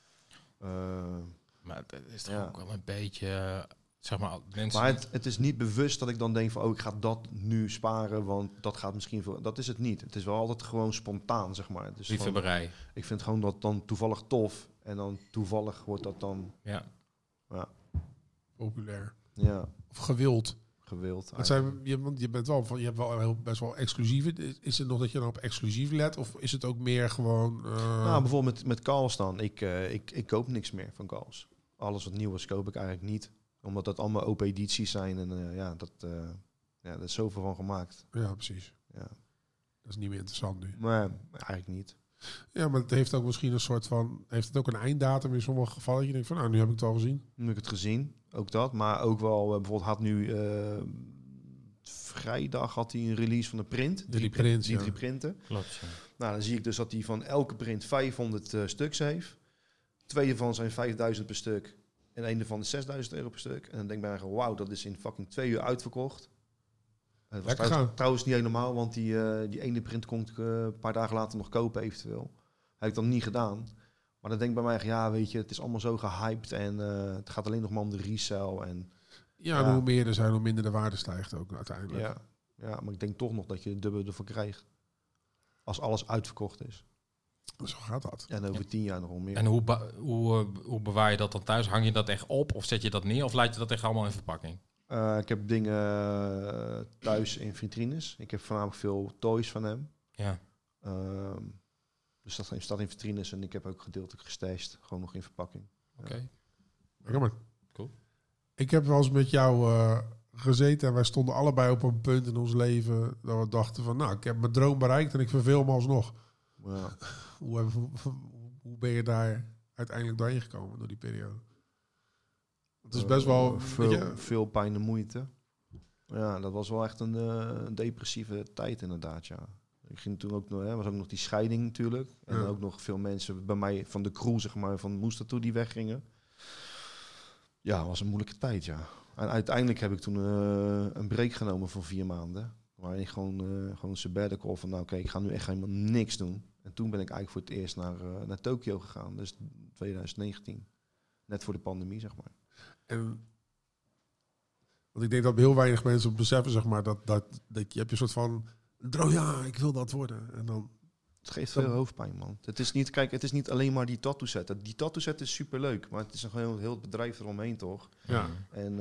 Maar het is toch ook wel een beetje... zeg maar, mensen...
Maar het is niet bewust dat ik dan denk van... ik ga dat nu sparen, want dat gaat misschien voor... Dat is het niet. Het is wel altijd gewoon spontaan, zeg maar. Dus
liefhebberij.
Ik vind gewoon dat dan toevallig tof. En dan toevallig wordt dat dan...
Ja.
Populair.
Ja.
Of gewild.
Gewild.
Want je bent wel van, je hebt wel best wel exclusieve. Is het nog dat je dan op exclusief let? Of is het ook meer gewoon...
Nou, bijvoorbeeld met Carls dan. Ik koop niks meer van Carls. Alles wat nieuw is, koop ik eigenlijk niet. Omdat dat allemaal open edities zijn. En daar is zoveel van gemaakt.
Ja, precies.
Ja.
Dat is niet meer interessant nu.
Maar eigenlijk niet.
Ja, maar het heeft ook misschien een soort van... Heeft het ook een einddatum in sommige gevallen? Dat je denkt van, nou, nu heb ik het al gezien.
Nu heb ik het gezien. Ook dat. Maar ook wel, bijvoorbeeld had nu... vrijdag had hij een release van de print.
Die print,
drie printen.
Klopt, ja.
Nou, dan zie ik dus dat hij van elke print 500 stuks heeft. 2 ervan zijn 5.000 per stuk. En 1 ervan is €6.000 per stuk. En dan denk ik bij me, wauw, dat is in fucking 2 uur uitverkocht. Het was trouwens niet helemaal, want die ene print kon ik een paar dagen later nog kopen eventueel. Heb ik dan niet gedaan. Maar dan denk ik bij mij, ja, weet je, het is allemaal zo gehyped. En het gaat alleen nog maar om de resell. En
Ja, hoe meer er zijn, hoe minder de waarde stijgt ook uiteindelijk.
Ja, maar ik denk toch nog dat je het dubbele ervoor krijgt. Als alles uitverkocht is.
Zo gaat dat.
En over 10 jaar nog wel meer.
En hoe bewaar je dat dan thuis? Hang je dat echt op of zet je dat neer? Of laat je dat echt allemaal in verpakking?
Ik heb dingen thuis in vitrines. Ik heb voornamelijk veel toys van hem.
Ja.
Dus dat staat in vitrines. En ik heb ook gedeeltelijk gestashed. Gewoon nog in verpakking.
Oké.
Ja, maar.
Cool.
Ik heb wel eens met jou gezeten en wij stonden allebei op een punt in ons leven dat we dachten van, nou, ik heb mijn droom bereikt en ik verveel me alsnog.
Ja.
Hoe ben je daar uiteindelijk doorheen gekomen door die periode? Het is best wel
veel pijn en moeite. Ja, dat was wel echt een depressieve tijd inderdaad, ja. Ik ging toen ook nog, was ook nog die scheiding natuurlijk. En ook nog veel mensen bij mij van de crew, zeg maar, van Moesta toe die weggingen. Ja, het was een moeilijke tijd, ja. En uiteindelijk heb ik toen een break genomen voor 4 maanden. Waarin ik gewoon sabbatical van, nou oké, ik ga nu echt helemaal niks doen. En toen ben ik eigenlijk voor het eerst naar Tokio gegaan. Dus 2019. Net voor de pandemie, zeg maar.
En want ik denk dat heel weinig mensen beseffen, zeg maar, dat je hebt een soort van droom, ja, ik wil dat worden. En dan
het geeft veel hoofdpijn, man. Het is niet alleen maar die tattoo set. Die tattoo set is superleuk, maar het is een heel het bedrijf eromheen, toch?
Ja.
En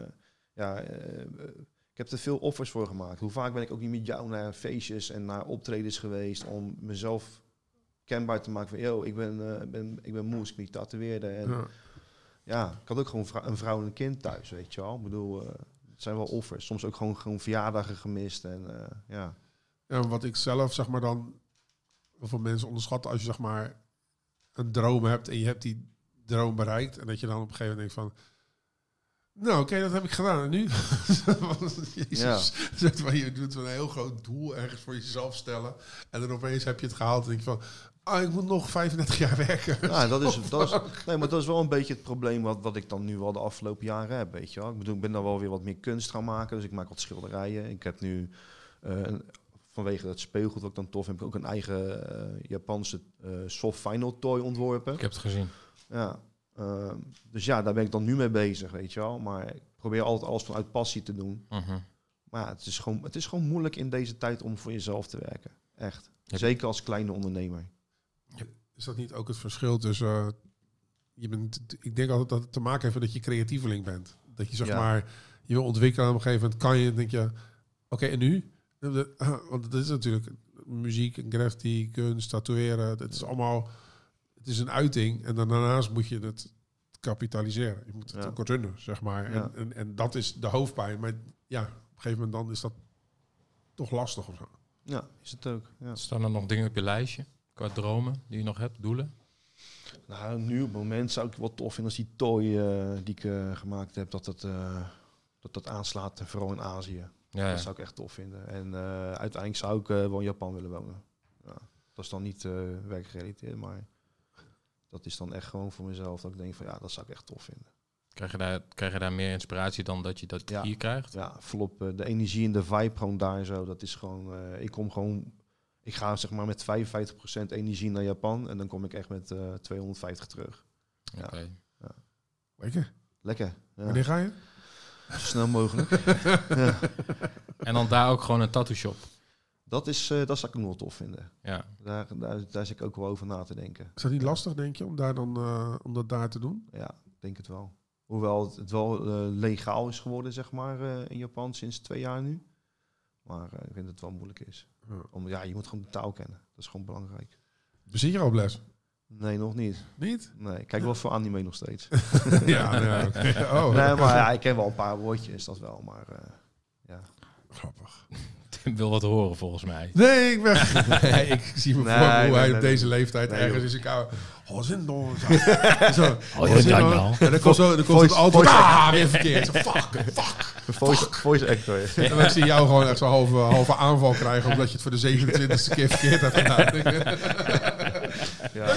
ik heb er veel offers voor gemaakt. Hoe vaak ben ik ook niet met jou naar feestjes en naar optredens geweest om mezelf kenbaar te maken van, yo, ik ben Moes, ik ben tatoeëerde. En ja, ik had ook gewoon een vrouw en een kind thuis, weet je wel. Ik bedoel, het zijn wel offers. Soms ook gewoon verjaardagen gemist en ja.
Ja, wat ik zelf, zeg maar, dan voor mensen onderschatten, als je, zeg maar, een droom hebt en je hebt die droom bereikt en dat je dan op een gegeven moment denkt van, nou oké, dat heb ik gedaan en nu? Jezus, zeg maar, je doet een heel groot doel ergens voor jezelf stellen en dan opeens heb je het gehaald en denk je van, ik moet nog 35 jaar werken.
Ja, maar dat is wel een beetje het probleem wat ik dan nu wel de afgelopen jaren heb, weet je wel. Ik bedoel, ik ben dan wel weer wat meer kunst gaan maken, dus ik maak wat schilderijen. Ik heb nu vanwege dat speelgoed wat ik dan tof heb, ik ook een eigen Japanse soft vinyl toy ontworpen. Ik
heb het gezien.
Ja, dus ja, daar ben ik dan nu mee bezig, weet je wel. Maar ik probeer altijd alles vanuit passie te doen. Maar ja, het is gewoon moeilijk in deze tijd om voor jezelf te werken. Echt. Zeker als kleine ondernemer.
Is dat niet ook het verschil tussen... ik denk altijd dat het te maken heeft met dat je creatieveling bent. Dat je, zeg maar, je wil ontwikkelen en op een gegeven moment kan je, denk je, oké, en nu? Want het is natuurlijk muziek, graffiti, kunst, tatoeëren. Het is allemaal... Het is een uiting en daarnaast moet je het kapitaliseren. Je moet het ook runnen, zeg maar.
Ja.
En dat is de hoofdpijn. Maar ja, op een gegeven moment dan is dat toch lastig of zo.
Ja, is het ook. Ja.
Staan er nog dingen op je lijstje qua dromen die je nog hebt, doelen?
Nou, nu op het moment zou ik het wel tof vinden als die toy die ik gemaakt heb, dat aanslaat, vooral in Azië.
Ja,
Dat zou ik echt tof vinden. En uiteindelijk zou ik wel in Japan willen wonen. Ja, dat is dan niet werkgerelateerd, maar dat is dan echt gewoon voor mezelf. Dat ik denk van ja, dat zou ik echt tof vinden.
Krijg je daar meer inspiratie dan dat je dat hier krijgt?
Ja, volop de energie en de vibe gewoon daar zo. Dat is gewoon, ik ga zeg maar met 55% energie naar Japan en dan kom ik echt met 250 terug. Ja.
Oké.
Ja.
Lekker.
Ja.
Wanneer ga je?
Zo snel mogelijk.
En dan daar ook gewoon een tattoo shop.
Dat zou ik nog wel tof vinden.
Ja.
Daar zit ik ook wel over na te denken.
Is dat niet lastig, denk je, om daar dan om dat daar te doen?
Ja, ik denk het wel. Hoewel het wel legaal is geworden, zeg maar, in Japan sinds 2 jaar nu. Maar ik vind dat het wel moeilijk is.
Ja.
Je moet gewoon de taal kennen. Dat is gewoon belangrijk.
Zit je al op les?
Nee, nog niet.
Niet?
Nee, ik kijk wel voor anime nog steeds.
ja, oké. Oh,
Nee, maar ja, ik ken wel een paar woordjes, dat wel. Maar ja.
grappig.
Tim wil wat horen, volgens mij.
Nee, ik zie me voor me hoe hij op deze leeftijd
Nee,
ergens
joh.
is. Ik hou... Oh, zin door. Zo.
ja.
En dan komt het antwoord.
voice-
Weer verkeerd. Zo, fuck.
Voice actor.
En dan zie je jou gewoon echt zo'n halve aanval krijgen, omdat je het voor de 27e keer verkeerd hebt gedaan.
Ja.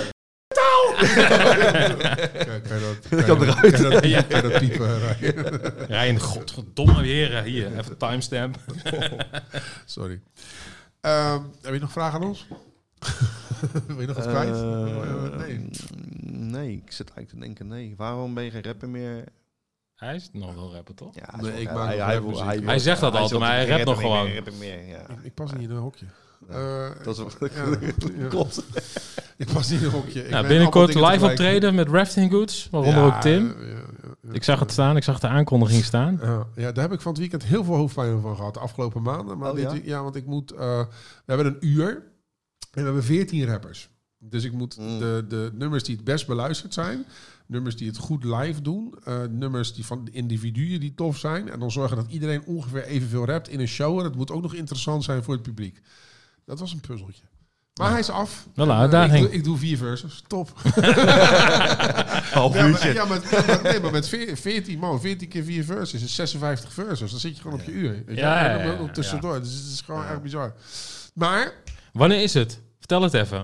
Kan je dat piepen?
Rijn, godverdomme weer. Hier, even timestamp.
Sorry. Heb je nog vragen aan ons? Wil je nog wat kwijt? Nee.
Nee, ik zit eigenlijk te denken, nee. Waarom ben je geen rapper meer?
Hij is nog wel rapper, toch?
Ja,
Nee,
hij-
ik maak
hij-
nog
hij
rapmuziek.
wil-
Hij zegt dat altijd,
wil
maar hij
geen
rapt nog
rapper
gewoon.
meer, rapper meer, ja.
Ik pas niet in een hokje.
Dat is
Ja.
klopt.
Ik pas niet in een hokje. Ik
Nou,
ben
binnenkort
allemaal dingen
live
tegelijk.
optreden met Rafting Goods, waaronder ook Tim. Ik zag het staan, ik zag de aankondiging staan.
Ja, daar heb ik van het weekend heel veel hoofdpijn van gehad de afgelopen maanden. Maar
Oh,
ja, want ik moet... we hebben een uur en we hebben 14 rappers. Dus ik moet de nummers die het best beluisterd zijn, nummers die het goed live doen, nummers die van de individuen die tof zijn, en dan zorgen dat iedereen ongeveer evenveel rapt in een show. En het moet ook nog interessant zijn voor het publiek. Dat was een puzzeltje. Maar hij is af.
Wel een
En,
uitdaging.
ik doe 4 verses. Top.
Half uurtje.
Maar met 14 man, 14 keer 4 verses is 56 verses. Dan zit je gewoon op je uur. Weet je?
Ja,
En dan
ja,
ook nog
ja,
tussendoor. Dus het is gewoon echt bizar. Maar
Wanneer is het? Vertel het even.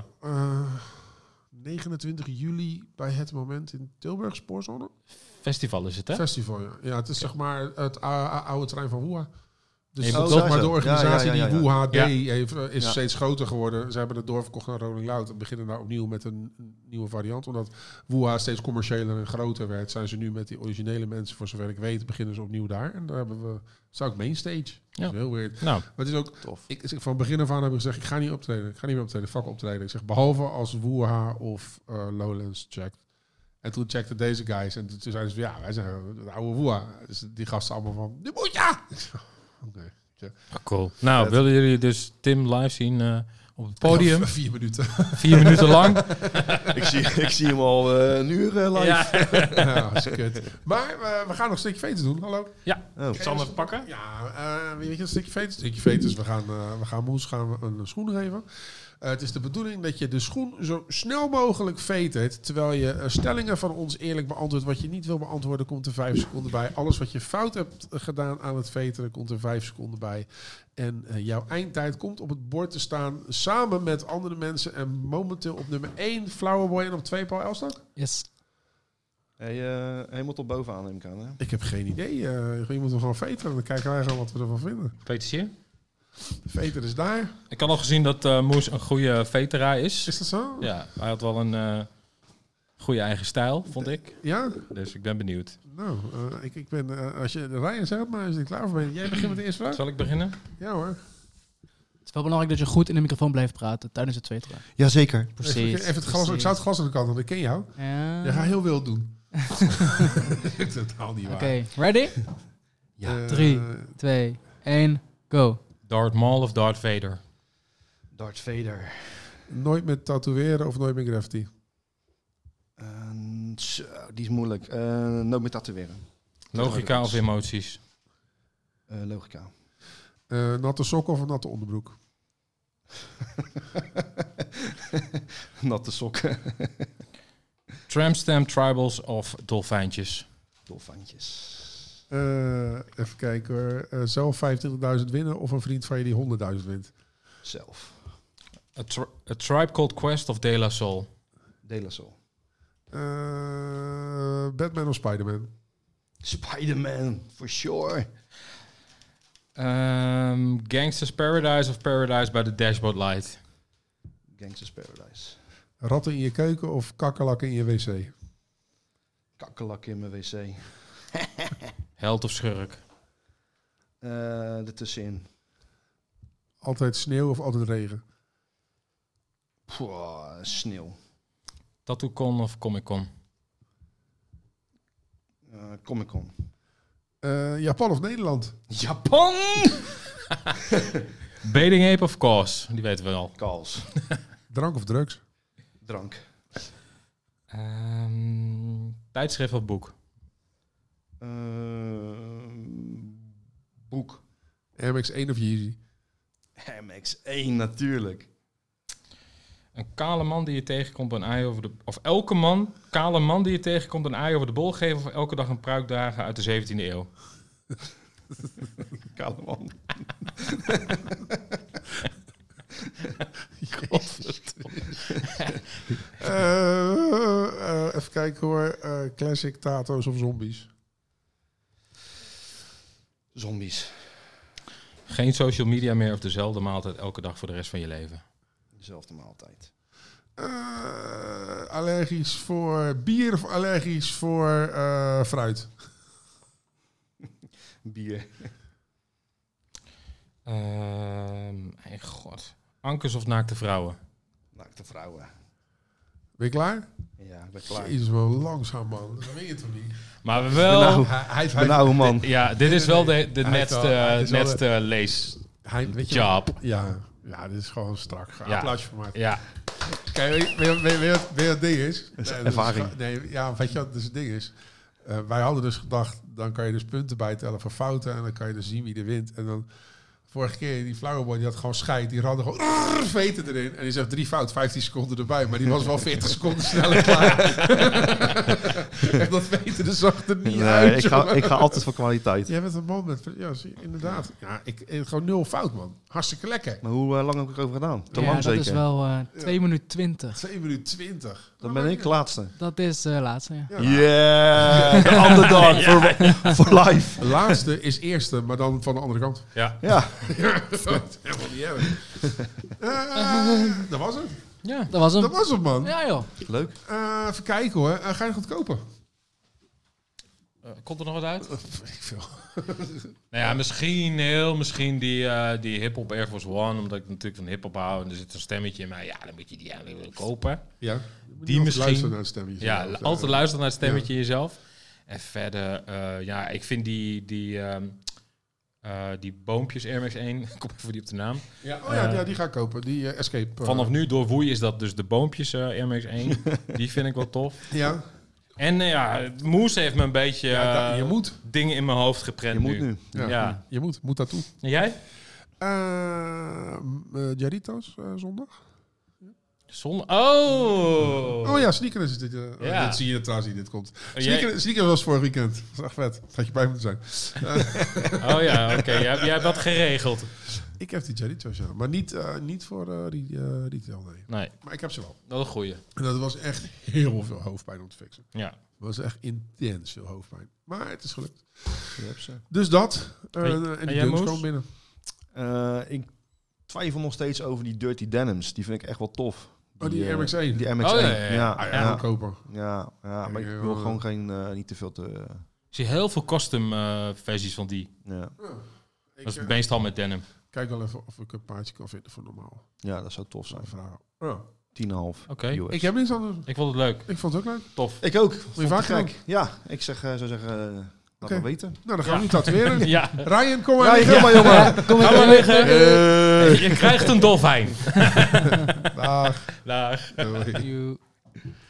29 juli bij Het Moment in Tilburg, Spoorzone.
Festival is het, hè?
Festival, ja. Ja, het is zeg maar het oude terrein van Woeha. Dus
Je
dat
bedoelt-
is maar de organisatie
Ja.
die Woeha
Ja.
is
Ja.
steeds groter geworden. Ze hebben het doorverkocht naar Rolling Loud en beginnen nou opnieuw met een nieuwe variant. Omdat Woeha steeds commerciëler en groter werd, zijn ze nu met die originele mensen, voor zover ik weet, beginnen ze opnieuw daar. En daar hebben we, zou ik mainstage. Dat
Ja.
is heel weird.
Nou,
Maar het is ook,
Tof.
ik van begin af aan heb ik gezegd, ik ga niet optreden. Ik ga niet meer optreden, fuck optreden. Ik zeg, behalve als Woeha of Lowlands checkt. En toen checkten deze guys en toen zeiden ze, ja, wij zijn de oude Woeha. Dus die gasten allemaal van, die moet ja! Oké.
cool. Nou, willen jullie dus Tim live zien op het podium?
Ja, 4 minuten.
4 minuten lang.
Ik zie hem al een uur live.
Ja.
Ja, dat is kut. Maar we gaan nog een stukje fetus doen. Hallo.
Oh.
Zal het pakken?
Ja, weet je een stukje fetus? Een stukje fetus. We gaan Moes een schoen geven. Het is de bedoeling dat je de schoen zo snel mogelijk vetert. Terwijl je stellingen van ons eerlijk beantwoordt. Wat je niet wil beantwoorden, komt er 5 seconden bij. Alles wat je fout hebt gedaan aan het veteren, komt er 5 seconden bij. En jouw eindtijd komt op het bord te staan samen met andere mensen. En momenteel op nummer 1 Flowerboy en op 2 Paul Elstak.
Yes.
Hij moet tot bovenaan, neem ik aan. Hè?
Ik heb geen idee. Je moet hem gewoon veteren. Dan kijken wij gewoon wat we ervan vinden.
Peter hier.
De veter is daar.
Ik had al gezien dat Moes een goede veteraar is.
Is dat zo?
Ja, hij had wel een goede eigen stijl, vond ik.
Ja?
Dus ik ben benieuwd.
Nou, ik ben... als je Ryan zegt, maar als je er klaar voor bent. Jij begint met de eerste vraag?
Zal ik beginnen?
Ja hoor.
Het is wel belangrijk dat je goed in de microfoon blijft praten tijdens het tweeten.
Jazeker.
Precies.
Even het glas, ik zou het glas aan de kant, want ik ken jou.
Ja.
Je gaat heel wild doen. Totaal niet waar.
Oké, ready?
Ja.
3, 2, 1, go.
Darth Maul of Darth Vader?
Darth Vader.
Nooit meer tatoeëren of nooit meer graffiti?
Zo, die is moeilijk. Nooit meer tatoeëren.
Logica of emoties?
Logica.
Natte sokken of een natte onderbroek?
Natte sokken.
Tramstamp, tribals of dolfijntjes?
Dolfijntjes.
Even kijken hoor. Zelf 25.000 winnen of een vriend van je die 100.000 wint?
Zelf.
A Tribe Called Quest of De La Soul?
De La Soul.
Batman of Spider-Man?
Spider-Man, for sure.
Gangsters Paradise of Paradise by the Dashboard Light?
Gangsters Paradise.
Ratten in je keuken of kakkerlakken in je wc?
Kakkerlakken in mijn wc.
Held of schurk?
Ertussenin.
Altijd sneeuw of altijd regen?
Sneeuw.
Tattoo-con of Comic-Con?
Comic-Con.
Japan of Nederland?
Japan!
Bathing Ape of Cause? Die weten we al.
Kals.
Drank of drugs?
Drank.
Tijdschrift of boek?
Boek.
Air Max 1 of Yeezy?
MX1 natuurlijk.
Een kale man die je tegenkomt een ei over de... Of kale man die je tegenkomt een ei over de bol geven... of elke dag een pruik dragen uit de 17e eeuw?
Kale man.
Even kijken hoor. Classic, tato's of zombies?
Zombies.
Geen social media meer of dezelfde maaltijd elke dag voor de rest van je leven?
Dezelfde maaltijd.
Allergisch voor bier of allergisch voor fruit?
Bier.
Hey god. Ankers of naakte vrouwen?
Naakte vrouwen.
Ben je klaar?
Ja, ik ben klaar.
Jezus, wel langzaam man. Dat weet je toch niet?
Maar wel...
Hij
Een oude man.
Ja, dit is wel de
Hij heeft wel-
netste lees.
weet je
Job.
wat? Ja, dit is gewoon strak.
Ja.
Applausje voor mij.
Ja.
Kijk, weet je wat het ding is?
Dat is
Nee,
ervaring.
Weet je wat dus het ding is? Wij hadden dus gedacht, dan kan je dus punten bijtellen voor fouten en dan kan je dus zien wie er wint. En dan, vorige keer, die Flowerboy, die had gewoon scheid. Die hadden gewoon veten erin. En die zegt 3 fout, 15 seconden erbij. Maar die was wel 40 seconden sneller klaar. Echt, dat veten zag er niet uit.
Ik ga altijd voor kwaliteit.
Jij bent een man met... Ja, inderdaad. Ja, gewoon 0 fout, man. Hartstikke lekker.
Maar hoe lang heb ik erover gedaan? Te
Ja,
lang
dat
zeker?
is wel 2 minuten 20.
2 minuten 20.
Dan ben ik laatste.
Dat is de laatste, ja.
Ja.
Yeah! De underdog for life.
Laatste is eerste, maar dan van de andere kant.
Ja.
Ja.
Helemaal niet erg. Dat was het.
Ja.
Dat was hem.
Dat was het, man.
Ja, joh.
Leuk.
Even kijken hoor. Ga je nog wat kopen?
Komt er nog wat uit?
Ik veel.
Nou ja, misschien die hip-hop Air Force One, omdat ik natuurlijk van hip-hop hou en er zit een stemmetje in mij. Ja, dan moet je die eigenlijk kopen.
Ja.
Die misschien.
Luisteren naar het stemmetje.
Ja, altijd luisteren naar het stemmetje in jezelf. En verder, ik vind die boompjes Air Max 1, ik kom even niet op de naam.
Ja, die ga ik kopen. Die Escape.
Vanaf nu doorwoei is dat dus de boompjes Air Max 1. Die vind ik wel tof.
Ja.
En Moes heeft me een beetje
Je moet.
dingen in mijn hoofd geprent
Je moet nu.
Ja.
Je moet dat doen.
En jij?
Jarritos zondag?
Oh
Ja, Sneakers is dit.
Ja.
Dit zie je trouwens niet, dit komt.
jij-
Sneakers was vorig weekend. Dat is echt vet. Dat had je bij moeten zijn.
Oh ja, oké. Jij hebt dat geregeld.
Ik heb die Jarritos, ja. Maar niet voor retail, nee.
Nee,
Maar ik heb ze wel.
dat is een goeie.
En dat was echt heel veel hoofdpijn om te fixen.
Ja.
Dat was echt intens veel hoofdpijn. Maar het is gelukt.
Je hebt ze.
Dus dat.
Hey,
En
en
die
jij,
dunks
Moes?
komen binnen.
Ik twijfel nog steeds over die Dirty Denims. Die vind ik echt wel tof.
Die Air Max 1.
Die Air Max
Oh,
1.
ja, ja, ja.
Ja,
Ah,
ja,
ja, kopen.
ja, maar ik
Ja,
wil gewoon niet te veel te...
Ik zie heel veel custom versies van die.
Ja.
Dat is meestal met denim.
Kijk wel even of ik een paardje kan vinden voor normaal.
Ja, dat zou tof zijn.
Vragen. Ja.
10,5
Oké.
US.
Ik heb niks anders.
Ik vond het leuk.
Ik vond het ook leuk.
Tof.
Ik ook.
je
Vond
vaak
het gek. Ja, ik zou zeggen, laat
Oké.
maar weten.
Nou, dan gaan we nu tatoeëren.
Ja.
Ryan, kom maar.
Ja,
liggen.
kom maar jongen.
Kom
Ga maar liggen. Je krijgt een dolfijn.
Dag.
Dag.
Doei.
You.